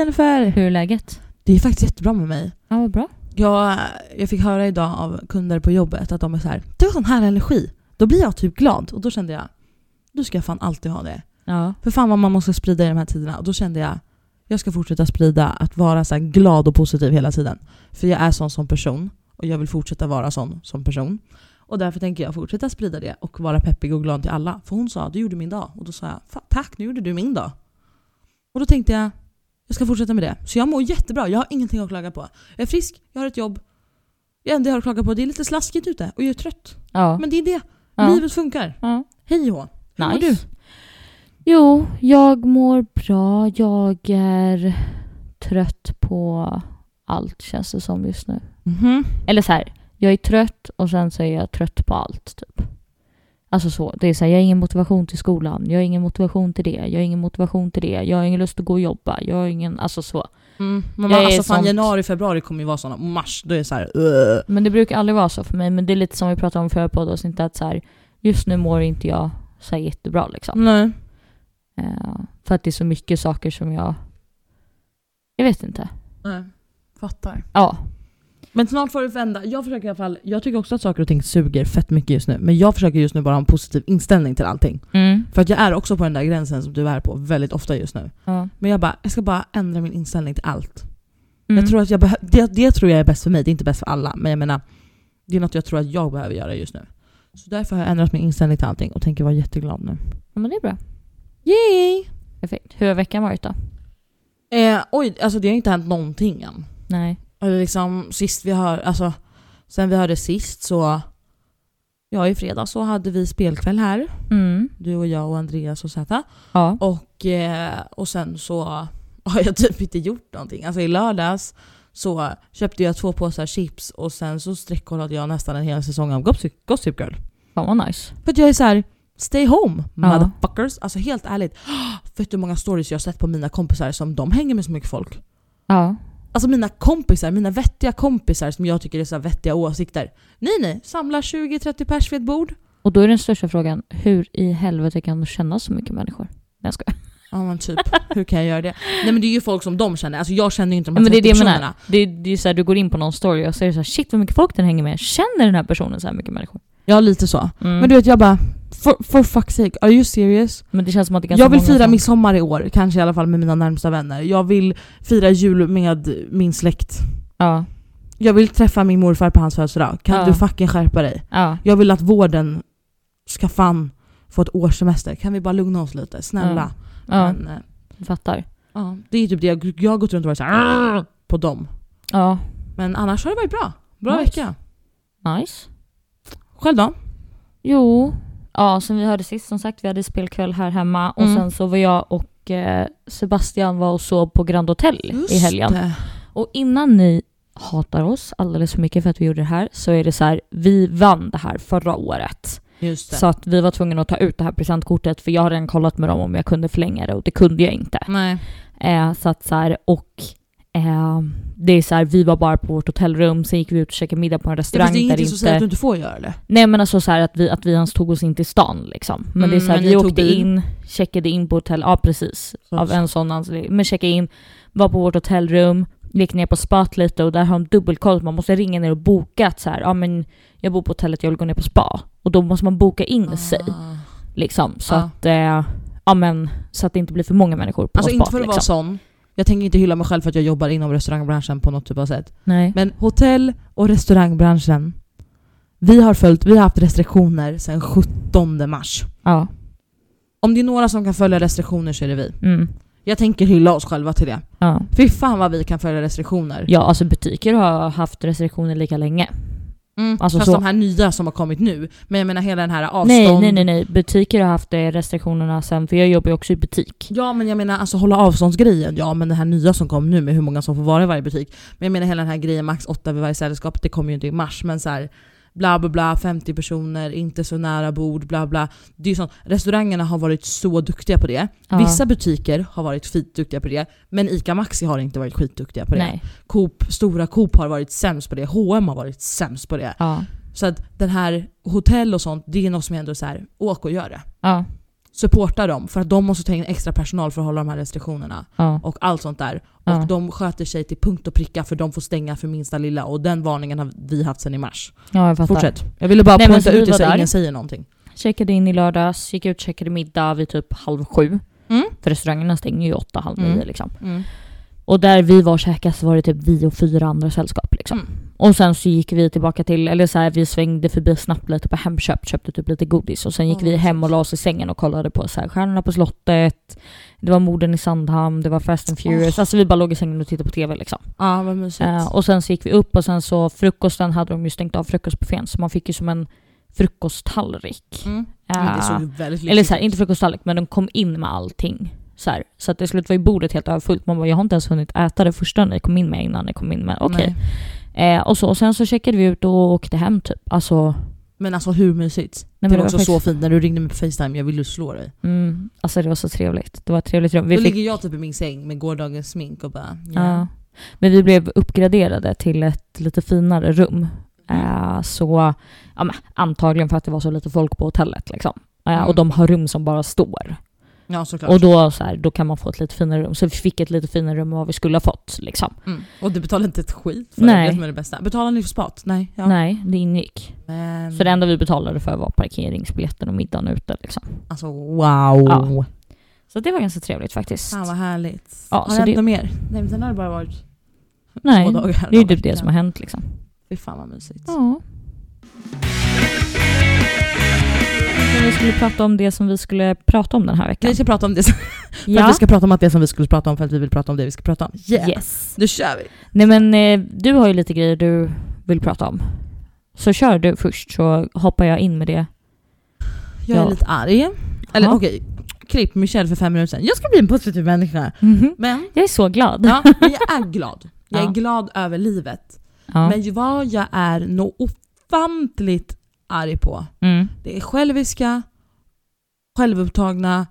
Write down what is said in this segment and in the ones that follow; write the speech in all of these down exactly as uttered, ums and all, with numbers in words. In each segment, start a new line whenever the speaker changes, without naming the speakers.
Jennifer!
Hur är läget?
Det är faktiskt jättebra med mig.
Ja, vad bra.
Jag, jag fick höra idag av kunder på jobbet att de är så här: det var sån här energi. Då blir jag typ glad. Och då kände jag, du ska jag fan alltid ha det.
Ja.
För fan vad man måste sprida i de här tiderna. Och då kände jag, jag ska fortsätta sprida att vara så här glad och positiv hela tiden. För jag är sån som person. Och jag vill fortsätta vara sån som person. Och därför tänker jag fortsätta sprida det och vara peppig och glad till alla. För hon sa, du gjorde min dag. Och då sa jag, tack, nu gjorde du min dag. Och då tänkte jag, jag ska fortsätta med det. Så jag mår jättebra, jag har ingenting att klaga på. Jag är frisk, jag har ett jobb. Det enda jag har att klaga på, det är lite slaskigt ute. Och jag är trött.
Ja.
Men det är det,
Ja.
livet funkar.
Ja.
Hej H, hur mår
Nice.
du?
Jo, jag mår bra. Jag är trött på allt, känns det som just nu.
Mhm.
Eller så här, jag är trött och sen så är jag trött på allt typ. Alltså så, det är så här, jag har ingen motivation till skolan, jag har ingen motivation till det, jag har ingen motivation till det, jag har ingen lust att gå och jobba, jag har ingen, alltså så.
Mm. Men
Jag
man,
är
alltså fan,
sånt-
januari, februari kommer ju vara såna. Mars, då är det så här. Uh.
Men det brukar aldrig vara så för mig, men det är lite som vi pratade om förra poddavsnittet, att så här, just nu mår inte jag så här jättebra liksom.
Nej.
Eh, för att det är så mycket saker som jag, jag vet inte.
Nej. Fattar.
Ja.
Men snart får det vända. Jag försöker i alla fall, jag tycker också att saker och ting suger fett mycket just nu. Men jag försöker just nu bara ha en positiv inställning till allting.
Mm.
För att jag är också på den där gränsen som du är på väldigt ofta just nu.
Ja.
Men jag bara, jag ska bara ändra min inställning till allt.
Mm.
Jag tror att jag behö- det, det tror jag är bäst för mig, det är inte bäst för alla. Men jag menar, det är något jag tror att jag behöver göra just nu. Så därför har jag ändrat min inställning till allting och tänker vara jätteglad nu.
Ja, men det är bra.
Yay!
Perfekt. Hur har veckan varit då?
Eh, oj, alltså det har inte hänt någonting än.
Nej.
Eller liksom sist vi hör, alltså sen vi hörde sist så, ja i fredag så hade vi spelkväll här.
Mm.
Du och jag och Andreas och Zäta.
Ja.
Och, eh, och sen så har jag typ inte gjort någonting. Alltså i lördags så köpte jag två påsar chips och sen så sträckkollade jag nästan en hel säsong av Gossip, Gossip Girl.
Fan vad nice.
För att jag är så här: stay home,
Ja.
motherfuckers. Alltså helt ärligt. Vet du hur många stories jag har sett på mina kompisar som de hänger med så mycket folk?
Ja.
Alltså mina kompisar, mina vettiga kompisar som jag tycker är så här vettiga åsikter. Nej nej, samlar tjugo trettio pers vid ett bord.
Och då är den största frågan, hur i helvete kan du känna så mycket människor? Nej, jag skojar.
Ja men typ, hur kan jag göra det? Nej men det är ju folk som de känner. Alltså jag känner ju inte de
Ja,
här
men det är
trettio
det jag menar.
personerna.
Det är, det är så här, du går in på någon story och säger så här, shit vad mycket folk den hänger med. Känner den här personen så här mycket människor?
Ja lite så.
Mm.
Men du vet jag bara, for, for fuck's sake, are you serious?
Men det känns som att det är ganska
Jag vill
många
fira
som-
midsommar i år, kanske i alla fall med mina närmsta vänner. Jag vill fira jul med min släkt.
Ja.
Jag vill träffa min morfar på hans födelsedag. Kan
Ja.
du fucking skärpa dig?
Ja.
Jag vill att vården ska fan få ett årssemester. Kan vi bara lugna oss lite? Snälla.
Ja.
Men, eh,
Jag fattar.
ja, det är typ det. Jag, jag har gått runt och varit så här "Arr!" på dem.
Ja.
Men annars har det varit bra. Bra
Nice.
vecka.
Nice.
Själv då?
Jo. Ja, som vi hörde sist, som sagt, vi hade spelkväll här hemma. Och
Mm.
sen så var jag och eh, Sebastian var och sov på Grand Hotel i helgen.
det.
Och innan ni hatar oss alldeles för mycket för att vi gjorde det här, så är det så här, vi vann det här förra året.
Just det.
Så att vi var tvungna att ta ut det här presentkortet, för jag hade redan kollat med dem om jag kunde förlänga det och det kunde jag inte.
Nej.
Eh, så att så här, och eh, det är så här, vi var bara på vårt hotellrum, sen gick vi ut och käkade middag på en
Det
restaurang
finns
där
ingenting
inte...
som säger att du inte får göra det.
Nej men alltså så här att vi, att vi ens tog oss in till stan liksom. Men
Mm,
det är så här,
men
vi
ni tog
åkte
bil?
in, checkade in på hotell, ja precis,
Så.
av en sån anledning. Men checkade in, var på vårt hotellrum, gick ner på spat lite och där har de dubbelkoll. Man måste ringa ner och boka att så här, ja men jag bor på hotellet, jag vill gå ner på spa. Och då måste man boka in sig
Ah.
liksom. Så
Ah.
att, eh, ja men, så att det inte blir för många människor på
Alltså
spat
inte för att vara
liksom.
sån. Jag tänker inte hylla mig själv för att jag jobbar inom restaurangbranschen på något typ av sätt.
Nej.
Men hotell- och restaurangbranschen, vi har följt, vi har haft restriktioner sedan sjuttonde mars.
Ja.
Om det är några som kan följa restriktioner så är det vi.
Mm.
Jag tänker hylla oss själva till det.
Ja.
Fy fan vad vi kan följa restriktioner.
Ja, alltså butiker har haft restriktioner lika länge.
Mm,
Alltså
fast
så-
de här nya som har kommit nu. Men jag menar hela den här avstånd.
Nej, nej, nej, nej. Butiker har haft det restriktionerna sen, för jag jobbar ju också i butik.
Ja men jag menar alltså hålla avståndsgrejen. Ja men den här nya som kom nu med hur många som får vara i varje butik. Men jag menar hela den här grejen max åtta vid varje sällskap. Det kommer ju inte i mars. Men så här, bla bla bla, femtio personer, inte så nära bord, bla bla. Det är ju sånt. Restaurangerna har varit så duktiga på det.
Ja.
Vissa butiker har varit skitduktiga på det. Men Ica Maxi har inte varit skitduktiga på det.
Nej.
Coop, stora Coop har varit sämst på det. H och M har varit sämst på det.
Ja.
Så att den här hotell och sånt, det är något som jag ändå så här, åk och gör det.
Ja.
supporta dem för att de måste ta in extra personal för att hålla de här restriktionerna
Ja.
och allt sånt där.
Ja.
Och de sköter sig till punkt och pricka för de får stänga för minsta lilla, och den varningen har vi haft sedan i mars.
Ja, jag fattar.
Fortsätt. Jag ville bara
Nej, men
poängta
så vi
ut det
var
så
där.
ingen säger någonting.
Checkade in i lördags, gick ut, checkade middag vid typ halv sju.
Mm.
För restaurangerna stänger ju åtta, halv
Mm.
nio liksom.
Mm.
Och där vi var och käkade så var det typ vi och fyra andra sällskap liksom.
Mm.
Och sen så gick vi tillbaka till, eller så här, vi svängde förbi snabbt lite på Hemköp, köpte typ lite godis. Och sen gick
Oh,
vi hem
sant.
och la oss i sängen och kollade på så här, Stjärnorna på slottet. Det var Morden i Sandhamn, det var Fast and Furious.
Oh.
Alltså vi bara låg i sängen och tittade på tv liksom.
Ja, vad mysigt.
Uh, och sen så gick vi upp och sen så frukosten hade de ju stängt av frukostbuffén. Så man fick ju som en frukosttallrik.
Mm.
Uh,
Men det såg ju väldigt
eller så här,
lyxigt
inte frukosttallrik, men de kom in med allting. Så, här, så att det slut var ju bordet helt överfullt. Man bara, jag har inte ens hunnit äta det första ni kom in med innan ni kom in med. Okej.
Nej.
Eh, och, så, och sen så checkade vi ut och åkte hem typ. Alltså,
Men alltså hur mysigt?
nej,
det
men
var också
faktiskt-
så fint när du ringde mig på FaceTime. Jag ville ju slå dig.
mm, alltså det var så trevligt. Det var ett trevligt rum. Vi
Då
fick,
ligger jag typ i min säng med gårdagens smink och bara...
ja. Men vi blev uppgraderade till ett lite finare rum. Eh, så ja, men, antagligen för att det var så lite folk på hotellet liksom. Eh,
Mm.
Och de har rum som bara står.
Ja, såklart.
Och då, så här, då kan man få ett lite finare rum. Så vi fick ett lite finare rum än vad vi skulle ha fått liksom.
Mm. Och du betalar inte ett skit för
Nej.
det, som är det bästa. Betalar ni för spat? Nej. Ja.
Nej, det ingick.
Men,
Så det enda vi betalade för var parkeringsbiljetten och middagen ute liksom.
alltså wow.
Ja. Så det var ganska trevligt faktiskt.
Fan vad härligt.
Ja,
har
så
det hänt
det-
något mer? Nej, men sen har det bara varit
Nej,
två dagar.
det är ju typ det som har hänt liksom.
Fy fan vad mysigt.
Ja. Vi skulle prata om det som vi skulle prata om den här veckan.
Vi ska prata om det som, för att
Ja.
vi ska prata om att det som vi skulle prata om för att vi vill prata om det vi ska prata om. Yeah.
Yes.
Nu kör vi.
Nej men eh, du har ju lite grejer du vill prata om. Så kör du först så hoppar jag in med det.
Jag är
Ja.
lite arg. Eller
Ja.
okej, klipp Michelle för fem minuter sedan. Jag ska bli en positiv människa.
Mhm.
Men,
Jag är så glad.
ja, men jag är glad. Jag är
Ja.
glad över livet.
Ja.
Men vad jag är nog ofantligt arg på,
Mm.
det är själviska, självupptagna,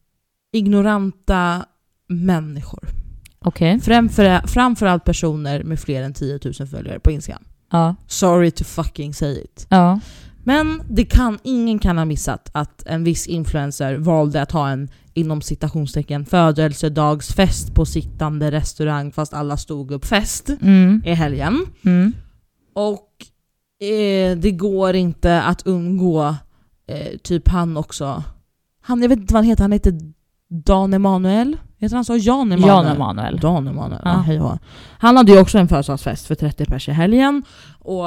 ignoranta människor.
Okej.
Framför, framförallt personer med fler än tio tusen följare på Instagram.
Ja.
Sorry to fucking say it.
Ja.
Men det kan, ingen kan ha missat att en viss influencer valde att ha en inom citationstecken födelsedagsfest på sittande restaurang fast alla stod upp fest
Mm.
i helgen.
Mm.
Och eh, det går inte att undgå eh, typ han också. Han, jag vet inte vad han heter, han heter Dan Emanuel. Heter han så? Jan Emanuel.
Jan Emanuel.
Dan Emanuel.
Ja.
Ja. Hej och hå. Han hade ju också en födelsedagsfest för trettio pers i helgen. Och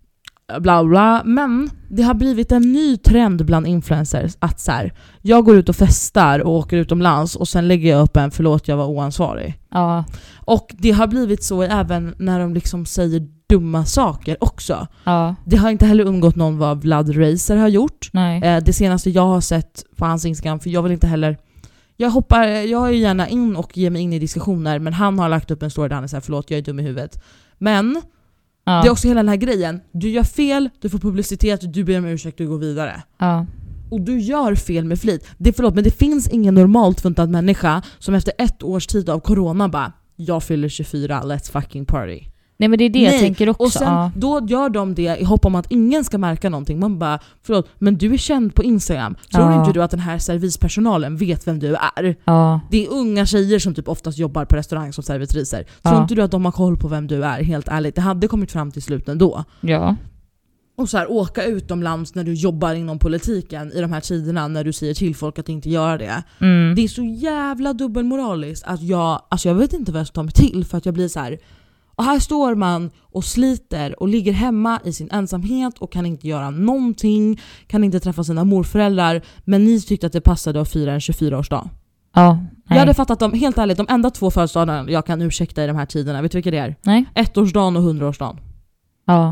bla bla. Men det har blivit en ny trend bland influencers att så här, jag går ut och festar och åker utomlands och sen lägger jag upp en förlåt jag var oansvarig.
Ja.
Och det har blivit så även när de liksom säger dumma saker också.
Ja.
Det har inte heller undgått någon vad Vlad Racer har gjort.
Nej.
Eh, det senaste jag har sett på hans Instagram, för jag vill inte heller jag hoppar, jag är ju gärna in och ger mig in i diskussioner, men han har lagt upp en story där han är så här, förlåt jag är dum i huvudet. Men
Ja.
det är också hela den här grejen, du gör fel, du får publicitet, du ber om ursäkt, du går vidare.
Ja.
Och du gör fel med flit. Det, förlåt, men det finns ingen normalt funtad människa som efter ett års tid av corona bara, jag fyller tjugofyra, let's fucking party.
Nej men det är det
Nej.
jag tänker också.
Och sen
Ja.
då gör de det i hopp om att ingen ska märka någonting. Man bara, förlåt, men du är känd på Instagram. Tror
Ja.
inte du att den här servispersonalen vet vem du är?
Ja.
Det är unga tjejer som typ oftast jobbar på restaurang som servitriser. Tror
Ja.
inte du att de har koll på vem du är? Helt ärligt, det hade kommit fram till slut ändå.
Ja.
Och så här, åka utomlands när du jobbar inom politiken i de här tiderna när du säger till folk att inte göra det.
Mm.
Det är så jävla dubbelmoraliskt att jag, alltså jag vet inte vad jag ska ta mig till för att jag blir så här. Och här står man och sliter och ligger hemma i sin ensamhet och kan inte göra någonting, kan inte träffa sina morföräldrar, men ni tyckte att det passade att fira en tjugofyra-årsdag.
Ja. Nej.
Jag hade fattat dem, helt ärligt, de enda två födelsedagarna jag kan ursäkta i de här tiderna, vet du vilka det är?
Nej.
Ettårsdagen och hundraårsdagen.
Ja.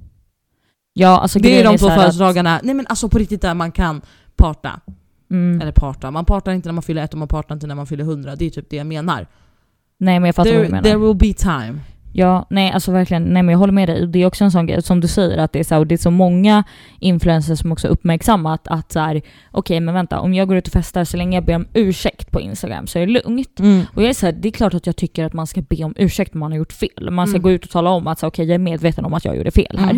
Ja, alltså
Det är
grejen
de
så
två
här att-
födelsedagarna, nej men alltså på riktigt där man kan parta.
Mm.
Eller parta, man partar inte när man fyller ett och man partar inte när man fyller hundra, det är typ det jag menar.
Nej men jag fattar vad du
There,
menar.
there will be time.
Ja, nej alltså verkligen, nej men jag håller med dig. Det är också en sån grej som du säger att det är så, och det är så många influencers som också uppmärksammat att så här, okej okay, men vänta, om jag går ut och festar så länge jag ber om ursäkt på Instagram så är det lugnt.
Mm.
Och jag är så här, det är klart att jag tycker att man ska be om ursäkt om man har gjort fel. Man ska
Mm.
gå ut och tala om att så, okej okay, jag är medveten om att jag gjorde fel här.
Mm.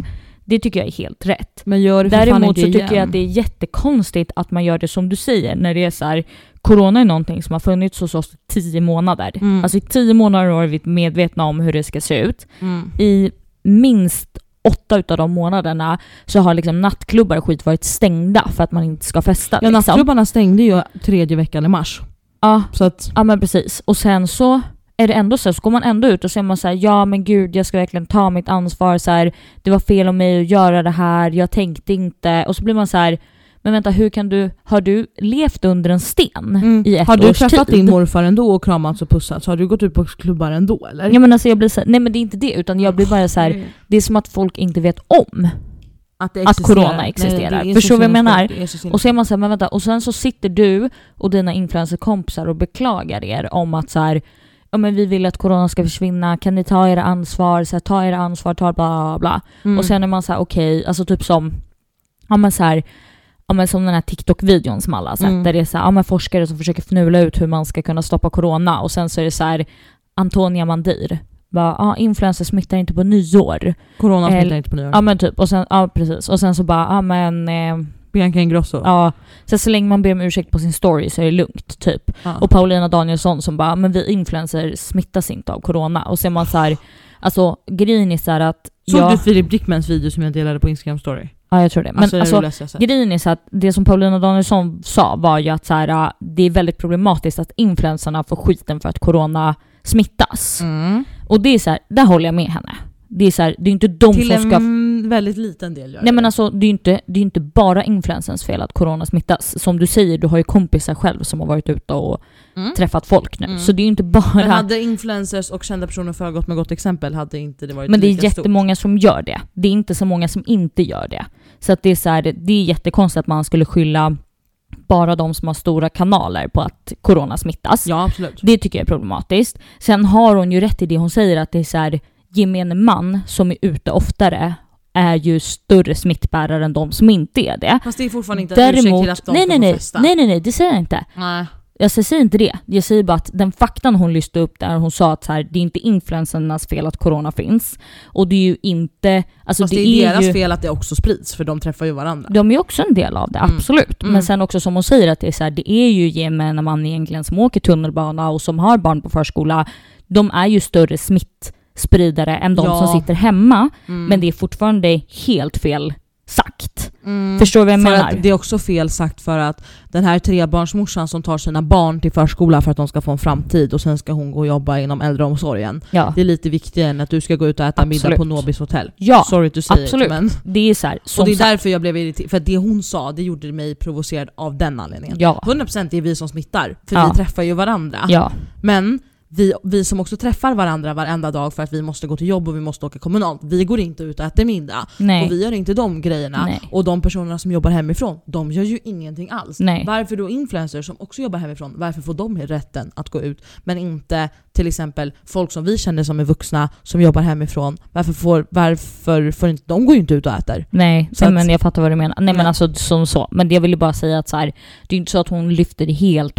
Det tycker jag är helt rätt.
Men gör det för fan
Däremot
inte
så tycker
igen.
jag att det är jättekonstigt att man gör det som du säger. När det är så här, corona är någonting som har funnits hos oss i tio månader.
Mm.
Alltså i tio månader har vi medvetna om hur det ska se ut.
Mm.
I minst åtta utav de månaderna så har liksom nattklubbar och skit varit stängda för att man inte ska festa.
Ja,
liksom.
nattklubbarna stängde ju tredje veckan i mars.
Ja,
Så att,
ja, men precis. Och sen så är det ändå så, så går man ändå ut och säger man så här, ja men gud, jag ska verkligen ta mitt ansvar, så här, det var fel om mig att göra det här, jag tänkte inte. Och så blir man så här, men vänta, hur kan du, har du levt under en sten
mm.
i ett
Har du
års
träffat
tid?
din morfar ändå och kramats och pussats? Har du gått ut på klubbar ändå, eller?
Ja men alltså jag blir så här, nej men det är inte det, utan jag blir bara så här,
Mm.
det är som att folk inte vet om
Att, det
att corona existerar.
Nej, det är
Förstår
så
vad jag menar?
sinnessjukt. Det är så sinnessjukt.
Och så är man så här, men vänta, och sen så sitter du och dina influencerkompisar och beklagar er om att så här, ja men vi vill att corona ska försvinna, kan ni ta era ansvar, så här, ta era ansvar, ta bla bla bla.
Mm.
Och sen är man så här, okej, okay, alltså typ som ja men så här, ja men som den här TikTok-videon som alla har sett,
Mm.
där det är så här, ja men forskare som försöker fnula ut hur man ska kunna stoppa corona, och sen så är det så här, Antonia Mandir bara, ja, influencer smittar inte på nyår.
Corona smittar
Eller-
inte på nyår.
Ja men typ, och sen, ja precis, och sen så bara, ja men eh,
Bianca Ingrosso.
ja, så, så länge man ber om ursäkt på sin story så är det lugnt typ.
Ja.
Och Paulina Danielsson som bara, men vi influencers smittas inte av corona. Och så är man så här, alltså grejen är så här att
Såg
jag,
du Filip Dickmans video som jag delade på Instagram story?
ja jag tror det. Men
Alltså, det är
alltså,
det roligaste jag sett.
grejen är så att det som Paulina Danielsson sa var ju att så här, det är väldigt problematiskt att influencerna får skiten för att corona smittas.
Mm.
Och det är så här, där håller jag med henne. Det är så här, det är inte de
Till
som ska...
en väldigt liten del gör
Nej men
det.
alltså, det är ju inte, det är inte bara influencers fel att corona smittas. Som du säger, du har ju kompisar själv som har varit ute och
Mm.
träffat folk nu.
Mm.
Så det är ju inte bara...
Men hade influencers och kända personer föregått med gott exempel hade inte det varit
Men det är
lika stort.
jättemånga som gör det. Det är inte så många som inte gör det. Så att det är så här, det är jättekonstigt att man skulle skylla bara de som har stora kanaler på att corona smittas.
Ja, absolut.
Det tycker jag är problematiskt. Sen har hon ju rätt i det hon säger, att det är så här, gemene man som är ute oftare är ju större smittbärare än de som inte är det.
Fast det är fortfarande inte en ursäkt till att de
nej,
ska
nej,
få
nej,
festa.
nej, nej, nej, det säger jag inte.
Nej.
Jag säger inte det. Jag säger bara att den faktan hon lyste upp där, hon sa att så här, det är inte influencernas fel att corona finns. Och det är ju inte... Alltså
Fast
det,
det är,
är
deras
ju,
fel att det också sprids, för de träffar ju varandra.
de är ju också en del av det,
Mm.
absolut.
Mm.
Men sen också som hon säger, att det är så här, det är ju gemene man egentligen som åker tunnelbana och som har barn på förskola. De är ju större smittspridare än de
Ja.
som sitter hemma.
Mm.
Men det är fortfarande helt fel sagt.
Mm.
Förstår du vad jag
För
menar?
att det är också fel sagt, för att den här trebarnsmorsan som tar sina barn till förskola för att de ska få en framtid och sen ska hon gå och jobba inom äldreomsorgen.
Ja.
Det är lite viktigare än att du ska gå ut och äta middag
Absolut.
på Nobis hotell.
Ja,
Sorry to say
absolut.
it, men...
Det är så här, som
Och det är
sagt,
därför jag blev irriterad, för att det hon sa, det gjorde mig provocerad av den anledningen.
ja.
hundra procent är vi som smittar, för
Ja.
vi träffar ju varandra.
Ja.
Men vi, vi som också träffar varandra varenda dag för att vi måste gå till jobb och vi måste åka kommunalt, vi går inte ut och äter middag.
Nej.
Och vi gör inte de grejerna.
Nej.
Och de personerna som jobbar hemifrån, de gör ju ingenting alls.
Nej.
Varför då influencers som också jobbar hemifrån, varför får de rätten att gå ut? Men inte till exempel folk som vi känner som är vuxna som jobbar hemifrån. Varför får, varför får inte, de går ju inte ut och äter.
Nej,
Så
nej
att-
men jag fattar vad du menar. Nej,
Nej.
men alltså som så. Men jag ville bara säga att så här, det är inte så att hon lyfter det helt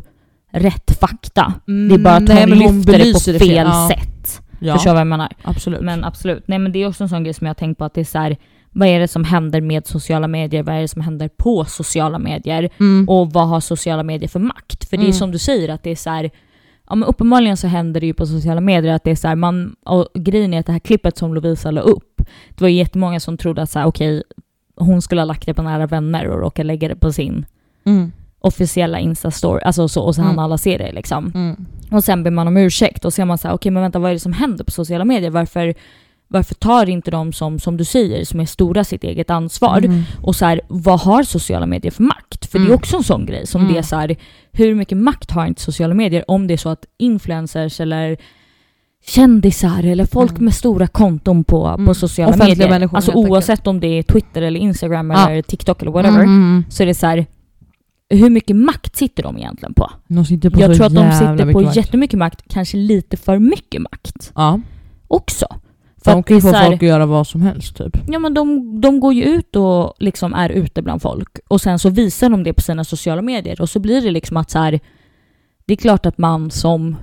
orätt fakta. Det är bara att
Nej,
hon
men hon
lyfter det på
belyser
fel
det fel. Ja.
sätt.
Ja,
Förstår vad jag menar?
absolut.
Men absolut. Nej men det är också en sån grej som jag har tänkt på, att det är så här, vad är det som händer med sociala medier? Vad är det som händer på sociala medier?
Mm.
Och vad har sociala medier för makt? För det är
Mm.
som du säger, att det är så här, ja men uppenbarligen så händer det ju på sociala medier att det är så här, man, och grejen är att det här klippet som Lovisa la upp, det var ju jättemånga som trodde att så här, okej, hon skulle ha lagt det på nära vänner och råkade lägga det på sin
Mm.
officiella Insta-story, alltså så, och så
Mm.
hann alla se det liksom.
Mm.
Och sen ber man om ursäkt och så är man så här, okej men vänta, vad är det som händer på sociala medier? Varför, varför tar inte de som, som du säger, som är stora, sitt eget ansvar?
Mm.
Och så här, vad har sociala medier för makt? För
Mm.
det är också en sån grej som
Mm.
det är så här, hur mycket makt har inte sociala medier om det är så att influencers eller kändisar eller folk
Mm.
med stora konton på,
Mm.
på sociala
Offentliga
medier,
människor,
alltså
helt
oavsett om det är Twitter eller Instagram
Ja.
eller TikTok eller whatever,
Mm.
så är det så här, hur mycket makt sitter de egentligen på?
De sitter på
Jag
så
tror att de
jävla
sitter på
mycket makt.
jättemycket makt, kanske lite för mycket makt
Ja.
också.
För
För
de
att
kan
det
ju få
är så här,
folk att göra vad som helst typ.
ja men de, de går ju ut och liksom är ute bland folk och sen så visar de det på sina sociala medier och så blir det liksom att så här, det är klart att man som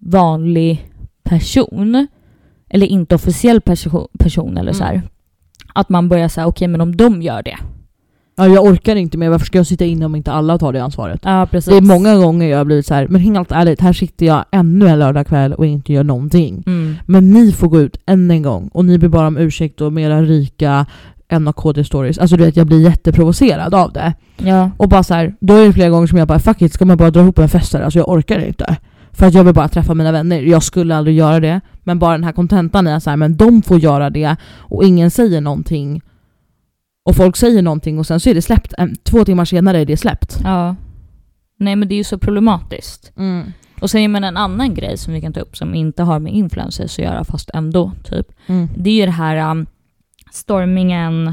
vanlig person eller inte officiell person, person eller så här, Att man börjar säga, okej okay, men om de gör det.
Ja, jag orkar inte mer. Varför ska jag sitta inne om inte alla tar det ansvaret?
Ja, precis.
Det är många gånger jag har blivit så här, men helt ärligt, här sitter jag ännu en lördagkväll och inte gör någonting.
Mm.
Men ni får gå ut än en gång och ni blir bara om ursäkt och mera rika N A K D-stories. Alltså du vet, jag blir jätteprovocerad av det.
Ja.
Och bara så här, då är det flera gånger som jag bara, fuck it, ska man bara dra ihop en fest där? Alltså jag orkar inte. För att jag vill bara träffa mina vänner. Jag skulle aldrig göra det. Men bara den här kontentan är så här, men de får göra det och ingen säger någonting. Och folk säger någonting och sen så är det släppt. Två timmar senare är det släppt.
Ja. Nej, men det är ju så problematiskt.
Mm.
Och sen är det en annan grej som vi kan ta upp som inte har med influencers att göra fast ändå typ.
Mm.
Det är ju det här um, stormingen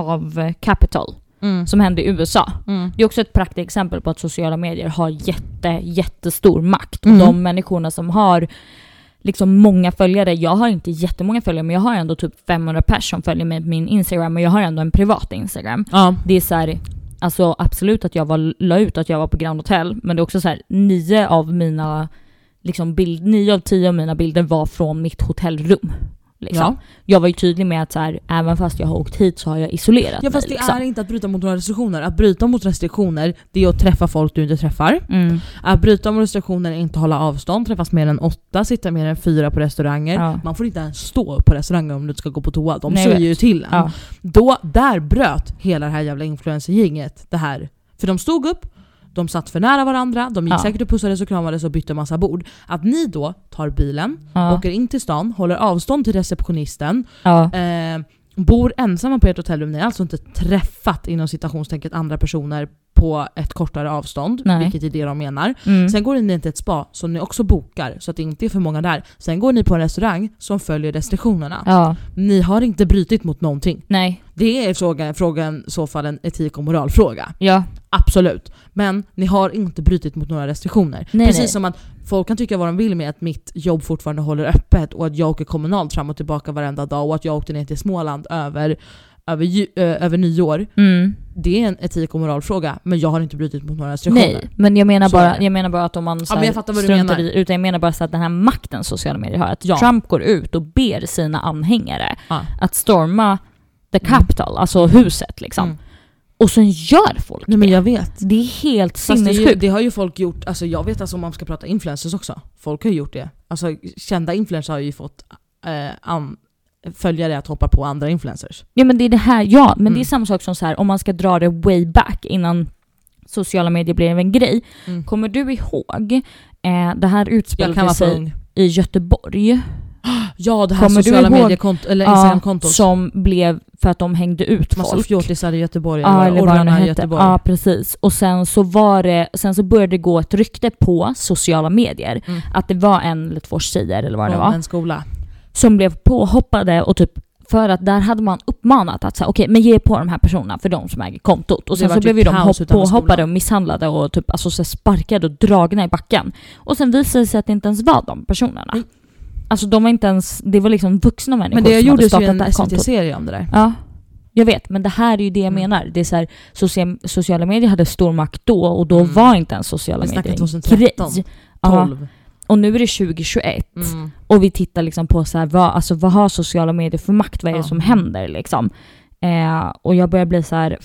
av Capitol mm. som hände i U S A. Mm. Det är också ett praktexempel på att sociala medier har jätte, jättestor makt. Mm. Och de människorna som har liksom många följare, jag har inte jättemånga följare men jag har ändå typ femhundra personer som följer mig på min Instagram och jag har ändå en privat Instagram. Ja. Det är så här, alltså absolut att jag var, la ut att jag var på Grand Hotel, men det är också så här, nio av mina liksom bild, nio av tio av mina bilder var från mitt hotellrum. Liksom. Ja. Jag var ju tydlig med att så här, även fast jag har åkt hit så har jag isolerat
Ja, fast
mig,
det
liksom.
är inte att bryta mot några restriktioner. Att bryta mot restriktioner, det är att träffa folk du inte träffar. Mm. Att bryta mot restriktioner är inte hålla avstånd, träffas mer än åtta, sitta mer än fyra på restauranger. Ja. Man får inte ens stå på restauranger om du ska gå på toa. De säger ju till en. Ja. Då, där bröt hela det här jävla influencergänget det här. För de stod upp, de satt för nära varandra, de gick ja. säkert och pussades och kramades och bytte massa bord. Att ni då tar bilen, ja. åker in till stan, håller avstånd till receptionisten, ja. eh, bor ensamma på ert hotellrum. Ni har alltså inte träffat inom citationstänket andra personer på ett kortare avstånd, Nej. vilket är det de menar. Mm. Sen går ni in till ett spa som ni också bokar så att det inte är för många där. Sen går ni på en restaurang som följer restriktionerna. Ja. Ni har inte brytit mot någonting.
Nej.
Det är frågan, frågan så fall en etik- och moralfråga.
Ja.
Absolut. Men ni har inte brytit mot några restriktioner. Nej, Precis nej. som att folk kan tycka vad de vill med att mitt jobb fortfarande håller öppet och att jag åker kommunalt fram och tillbaka varenda dag och att jag åkte ner till Småland över, över, ö, över nyår. Mm. Det är en etik- och moralfråga, men jag har inte brutit mot några restriktioner.
Nej, men jag menar, bara, jag menar bara att om man så
ja, men jag fattar vad du menar.
I, utan jag menar bara så att den här makten sociala medier har, att ja. Trump går ut och ber sina anhängare ja. att storma the Capitol, mm. alltså huset liksom. Mm. Och sen gör folk
Nej, men jag vet.
Det är helt
sinnessjukt. Det, det har ju folk gjort. Alltså jag vet alltså om man ska prata influencers också. Folk har ju gjort det. Alltså kända influencers har ju fått eh, an, följare att hoppa på andra influencers.
Ja, men det är det här. Ja, men mm. det är samma sak som så här, om man ska dra det way back innan sociala medier blev en grej. Mm. Kommer du ihåg eh, det här utspelade sig i Göteborg?
Ja, det här Kommer sociala mediekontot eller Instagram-kontot.
Ja, som blev för att de hängde ut
massa
folk.
fjortisar i Göteborg.
Ja, eller vad det hette. Göteborg. Ja, precis. Och sen så var det, sen så började det gå ett rykte på sociala medier mm. att det var en eller två tjejer eller vad det var.
En skola.
Som blev påhoppade och typ för att där hade man uppmanat att säga okej, okay, men ge på de här personerna för de som äger kontot. Och sen så blev ju de hopp- påhoppade och misshandlade och typ alltså så sparkade och dragna i backen. Och sen visade det sig att det inte ens var de personerna. Mm. Alltså de var inte ens, det var liksom vuxna människor.
Men det
som
gjordes ju en S V T-serie om det där.
Ja, jag vet. Men det här är ju det jag mm. menar. Det är så här, social, sociala medier hade stor makt då och då mm. var inte ens sociala medier
tjugohundratretton, tolv.
Och nu är det tjugohundratjugoett mm. och vi tittar liksom på så här, vad, alltså, vad har sociala medier för makt? Vad är det mm. som händer liksom? Eh, och jag börjar bli så här,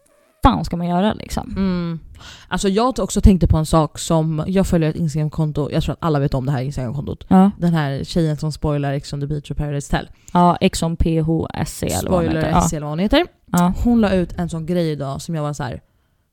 fan ska man göra liksom?
Mm. Alltså jag också tänkte på en sak som, jag följer ett Instagram-konto, jag tror att alla vet om det här Instagram-kontot. Ja. Den här tjejen som spoilar Ex on the Beach och Paradise Hotel.
Ja, Ex on P H S C eller vad hon heter.
Spoiler S C eller vad hon heter. Ja. Hon la ut en sån grej idag som jag var så här,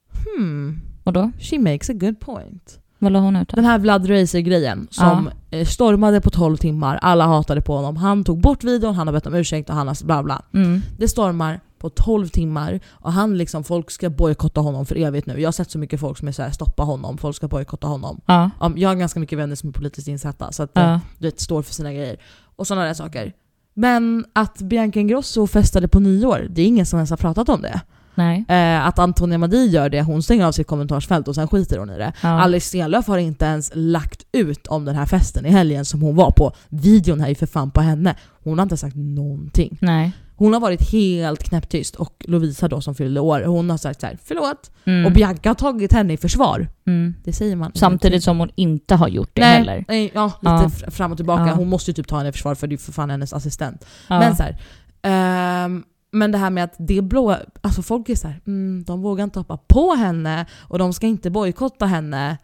hmm.
Och då?
She makes a good point.
Vad la hon ut?
Den här Vlad Racer-grejen som ja. stormade på tolv timmar. Alla hatade på honom. Han tog bort videon, han har bett om ursäkt och han har bla bla. Mm. Det stormar på tolv timmar och han liksom, folk ska bojkotta honom för evigt nu. Jag har sett så mycket folk som är så här, stoppa honom, folk ska bojkotta honom. Ja. Um, jag har ganska mycket vänner som är politiskt insatta så att ja. du vet, står för sina grejer. Och sådana där saker. Men att Bianca Ingrosso festade på nyår, det är ingen som ens har pratat om det.
Nej.
Eh, att Antonia Madi gör det, hon stänger av sitt kommentarsfält och sen skiter hon i det. Ja. Alice Stenlöf har inte ens lagt ut om den här festen i helgen som hon var på. Videon här är för fan på henne. Hon har inte sagt någonting.
Nej.
Hon har varit helt knäpptyst och Lovisa då som fyllde år, hon har sagt så här, förlåt. Mm. Och Bianca har tagit henne i försvar.
Mm.
Det säger man.
Samtidigt som hon inte har gjort det
nej,
heller.
Nej, ja, lite ja. fram och tillbaka. Ja. Hon måste ju typ ta henne i försvar för det är för fan hennes assistent. Ja. Men så här, um, Men det här med att det blå, alltså folk är så här, mm, de vågar inte hoppa på henne och de ska inte bojkotta henne.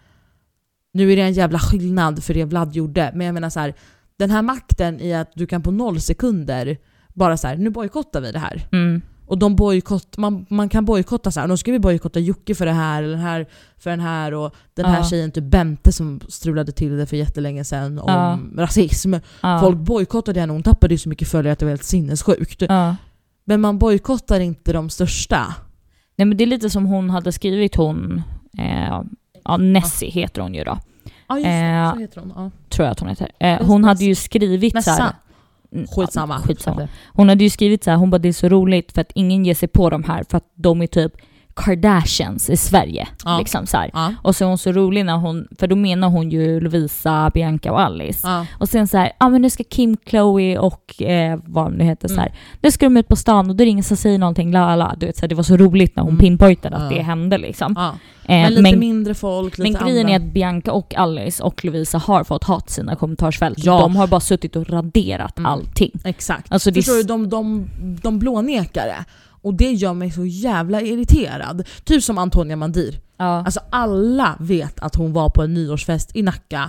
Nu är det en jävla skillnad för det Vlad gjorde, men jag menar så här, den här makten i att du kan på noll sekunder bara så här, nu bojkottar vi det här.
Mm.
Och de bojkott, man, man kan bojkotta så här, nu ska vi bojkotta Jocke för det här, eller den här för den här, och den här
ja.
tjejen typ Bente som strulade till det för jättelänge sedan om
ja.
rasism.
Ja.
Folk bojkottade henne, hon tappade ju så mycket följare att det var helt sinnessjukt.
Ja.
Men man bojkottar inte de största.
Nej, men det är lite som hon hade skrivit, hon eh, ja, Nessie heter hon ju då.
Ja, just det,
Eh,
så heter hon. Ja.
Tror jag att hon heter. Eh, hon hade ju skrivit
Nessa.
så här.
Skitsamma.
Ja, skitsamma. Hon hade ju skrivit så här, hon bara, det är så roligt för att ingen ger sig på de här för att de är typ Kardashians i Sverige.
Ja.
Liksom så här.
Ja.
Och så är hon så rolig när hon, för då menar hon ju Lovisa, Bianca och Alice.
Ja.
Och sen så här, ja ah, men nu ska Kim, Chloe och eh, vad nu heter så här.
Mm.
Nu ska de ut på stan och det är ingen som säger någonting, la la. Du vet, så här, det var så roligt när hon
Mm.
pinpointade att
Ja.
det hände liksom.
Ja.
Eh,
Men lite
men,
mindre folk, lite
men grejen
andra.
är att Bianca och Alice och Lovisa har fått hat sina kommentarsfält.
Ja.
De har bara suttit och raderat
Mm.
allting.
Exakt.
Alltså, det-
Förstår du, de, de, de blånekare. Och det gör mig så jävla irriterad. Typ som Antonia Mandir.
Ja.
Alltså alla vet att hon var på en nyårsfest i Nacka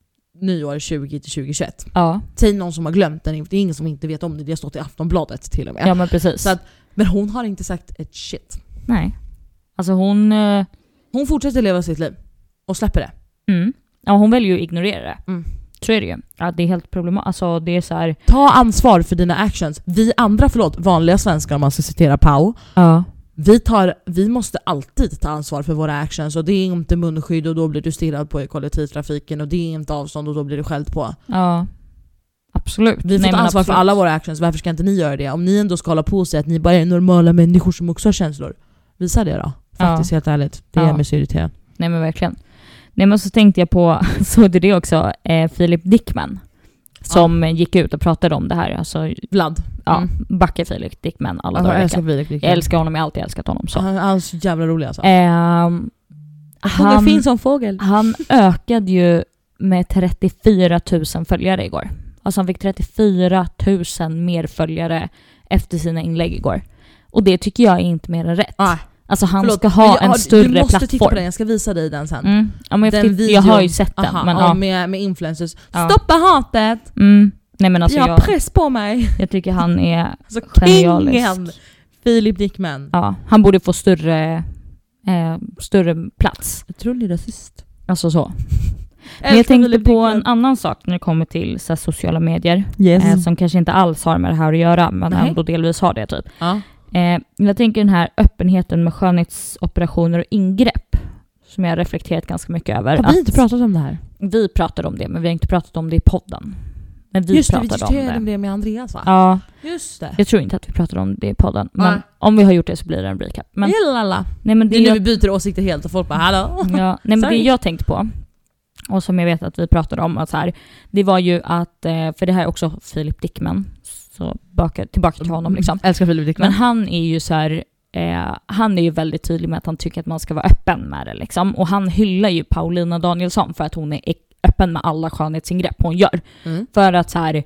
nyår tjugo till tjugohundratjugoett.
Ja.
Säg någon som har glömt den. Det är ingen som inte vet om det. Det har stått i Aftonbladet till och med.
ja, men precis.
Så att, men hon har inte sagt ett shit.
Nej. Alltså hon... eh,
Hon fortsätter leva sitt liv. Och släpper det.
Mm. Ja, hon väljer ju att ignorera det.
Mm.
Så är det ju. Ja, det är helt problematiskt. Alltså det är så här...
Ta ansvar för dina actions. Vi andra, förlåt, vanliga svenskar om man ska citera Pau.
Ja.
Vi, tar, vi måste alltid ta ansvar för våra actions. Och det är inte munskydd och då blir du stirrad på i kollektivtrafiken. Och det är inte avstånd och då blir du skälld på.
Ja. Absolut.
Vi får
Nej,
ta
men
ansvar för
absolut.
alla våra actions. Varför ska inte ni göra det? Om ni ändå ska hålla på och säga att ni bara är normala människor som också har känslor. Visa det då. Faktiskt,
Ja.
helt ärligt. Det
Ja.
är mig så irriterad.
Nej, men verkligen. Nej, men så tänkte jag på, såg du det också, eh, Filip Dickman. Som gick ut och pratade om det här. Alltså,
Vlad.
ja,
Mm.
backa Filip Dickman alla
Jag
dagar i
älskar
veckan.
Filip Dickman.
Jag älskar honom, jag har alltid älskat honom. Så.
Han är så jävla rolig alltså.
Ehm,
Han är
han,
fin som fågel.
han ökade ju med trettiofyra tusen följare igår. Alltså han fick trettiofyra tusen mer följare efter sina inlägg igår. Och det tycker jag är inte mer än rätt.
Ah,
Alltså han
förlåt,
ska
men
ha
jag
en
har-
större
Du måste titta på
plattform.
den, jag ska visa dig den sen.
Mm. Ja, men jag,
Den
titt-
videon-
jag har ju sett den.
Aha,
men,
ja,
ja.
med, med influencers.
Ja.
Stoppa hatet!
Mm. Nej, men alltså
jag har
jag,
press på mig.
jag tycker han är
Alltså
genialisk.
kingen! Filip Dickman.
Ja, han borde få större, eh, större plats.
Jag tror ni är rasist.
Alltså så. Men jag tänkte på en annan sak när det kommer till så här, sociala medier.
Yes.
Eh, som kanske inte alls har med det här att göra, men
Nej.
ändå delvis har det typ.
Ja.
Eh, jag tänker den här öppenheten med skönhetsoperationer och ingrepp som jag har reflekterat ganska mycket över.
Har vi
att
inte pratat om det här?
vi pratade om det, men vi har inte pratat om det i podden. Men vi
Just det, vi
pratade om
diskuterade
det.
det med Andreas va?
Ja,
Just det.
jag tror inte att vi pratade om det i podden. Men
Nej.
om vi har gjort det så blir det en recap. Men,
Jallala.
nej, men
Det
det,
är nu
jag,
vi byter åsikter helt och folk bara hallå.
ja, nej, men det
Sorry.
jag tänkte på, och som jag vet att vi pratade om, att så här, det var ju att, eh, för det här är också Filip Dickman, så baka, tillbaka till honom liksom.
Älskar Filip Dickman.
Men han är ju så här, eh, han är ju väldigt tydlig med att han tycker att man ska vara öppen med det liksom. Och han hyllar ju Paulina Danielsson för att hon är öppen med alla skönhetsingrepp hon gör.
Mm.
För att så här,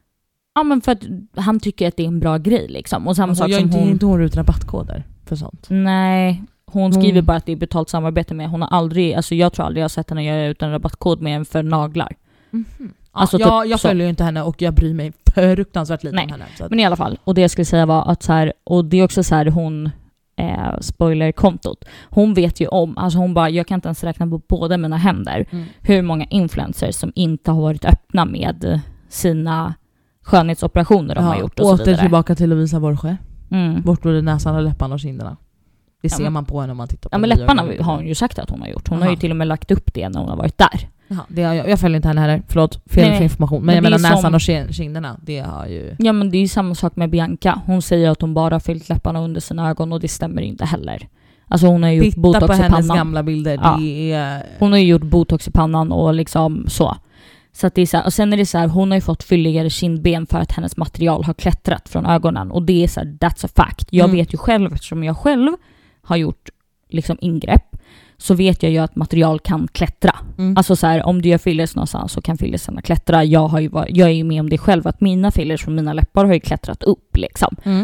ja men för att han tycker att det är en bra grej liksom. Och samma
Alltså,
sak
jag
som
inte,
hon...
inte hon ut rabattkoder för sånt.
Nej, hon
Hon-
skriver bara att det är betalt samarbete med. Hon har aldrig, alltså jag tror aldrig jag har sett henne göra ut en rabattkod med en för naglar.
Ja,
Alltså,
jag
typ
jag
så.
följer ju inte henne och jag bryr mig fruktansvärt lite
Nej,
om henne. Så att,
Men i alla fall, och det jag skulle säga var att så här, och det är också så här hon eh, spoiler-kontot. Hon vet ju om, alltså hon bara, jag kan inte ens räkna på båda mina händer
mm.
hur många influencers som inte har varit öppna med sina skönhetsoperationer de
ja,
har gjort och så
åter
vidare.
tillbaka till Lovisa Borgsjö.
Mm.
Bort både näsan och läpparna och kinderna. Det
Ja,
ser
men-
man på henne om man tittar på
Ja, men
videon.
läpparna har hon ju sagt att hon har gjort. Hon har
Aha.
ju till och med lagt upp det när hon har varit där.
Jaha, det har jag, jag följer inte henne heller. Förlåt, fel
Nej,
för information. Men,
men
jag
det är
menar näsan
som-
och kin- kinderna, det har ju...
Ja, men det är ju samma sak med Bianca. Hon säger att hon bara har fyllt läpparna under sina ögon och det stämmer inte heller. Alltså hon har ju gjort
Titta
botox
på
i
hennes
pannan.
gamla bilder.
Ja.
Det är...
Hon har ju gjort botox i pannan och liksom så. Så att det är så här, och sen är det så här, hon har ju fått fylligare kindben för att hennes material har klättrat från ögonen. Och det är så här, that's a fact. Jag
Mm.
vet ju själv, eftersom jag själv har gjort liksom ingrepp, så vet jag ju att material kan klättra.
Mm.
Alltså så här, om du gör fillers någonstans så kan fillersarna klättra. Jag, har ju, var- jag är ju med om det själv, att mina fillers från mina läppar har ju klättrat upp liksom.
Mm.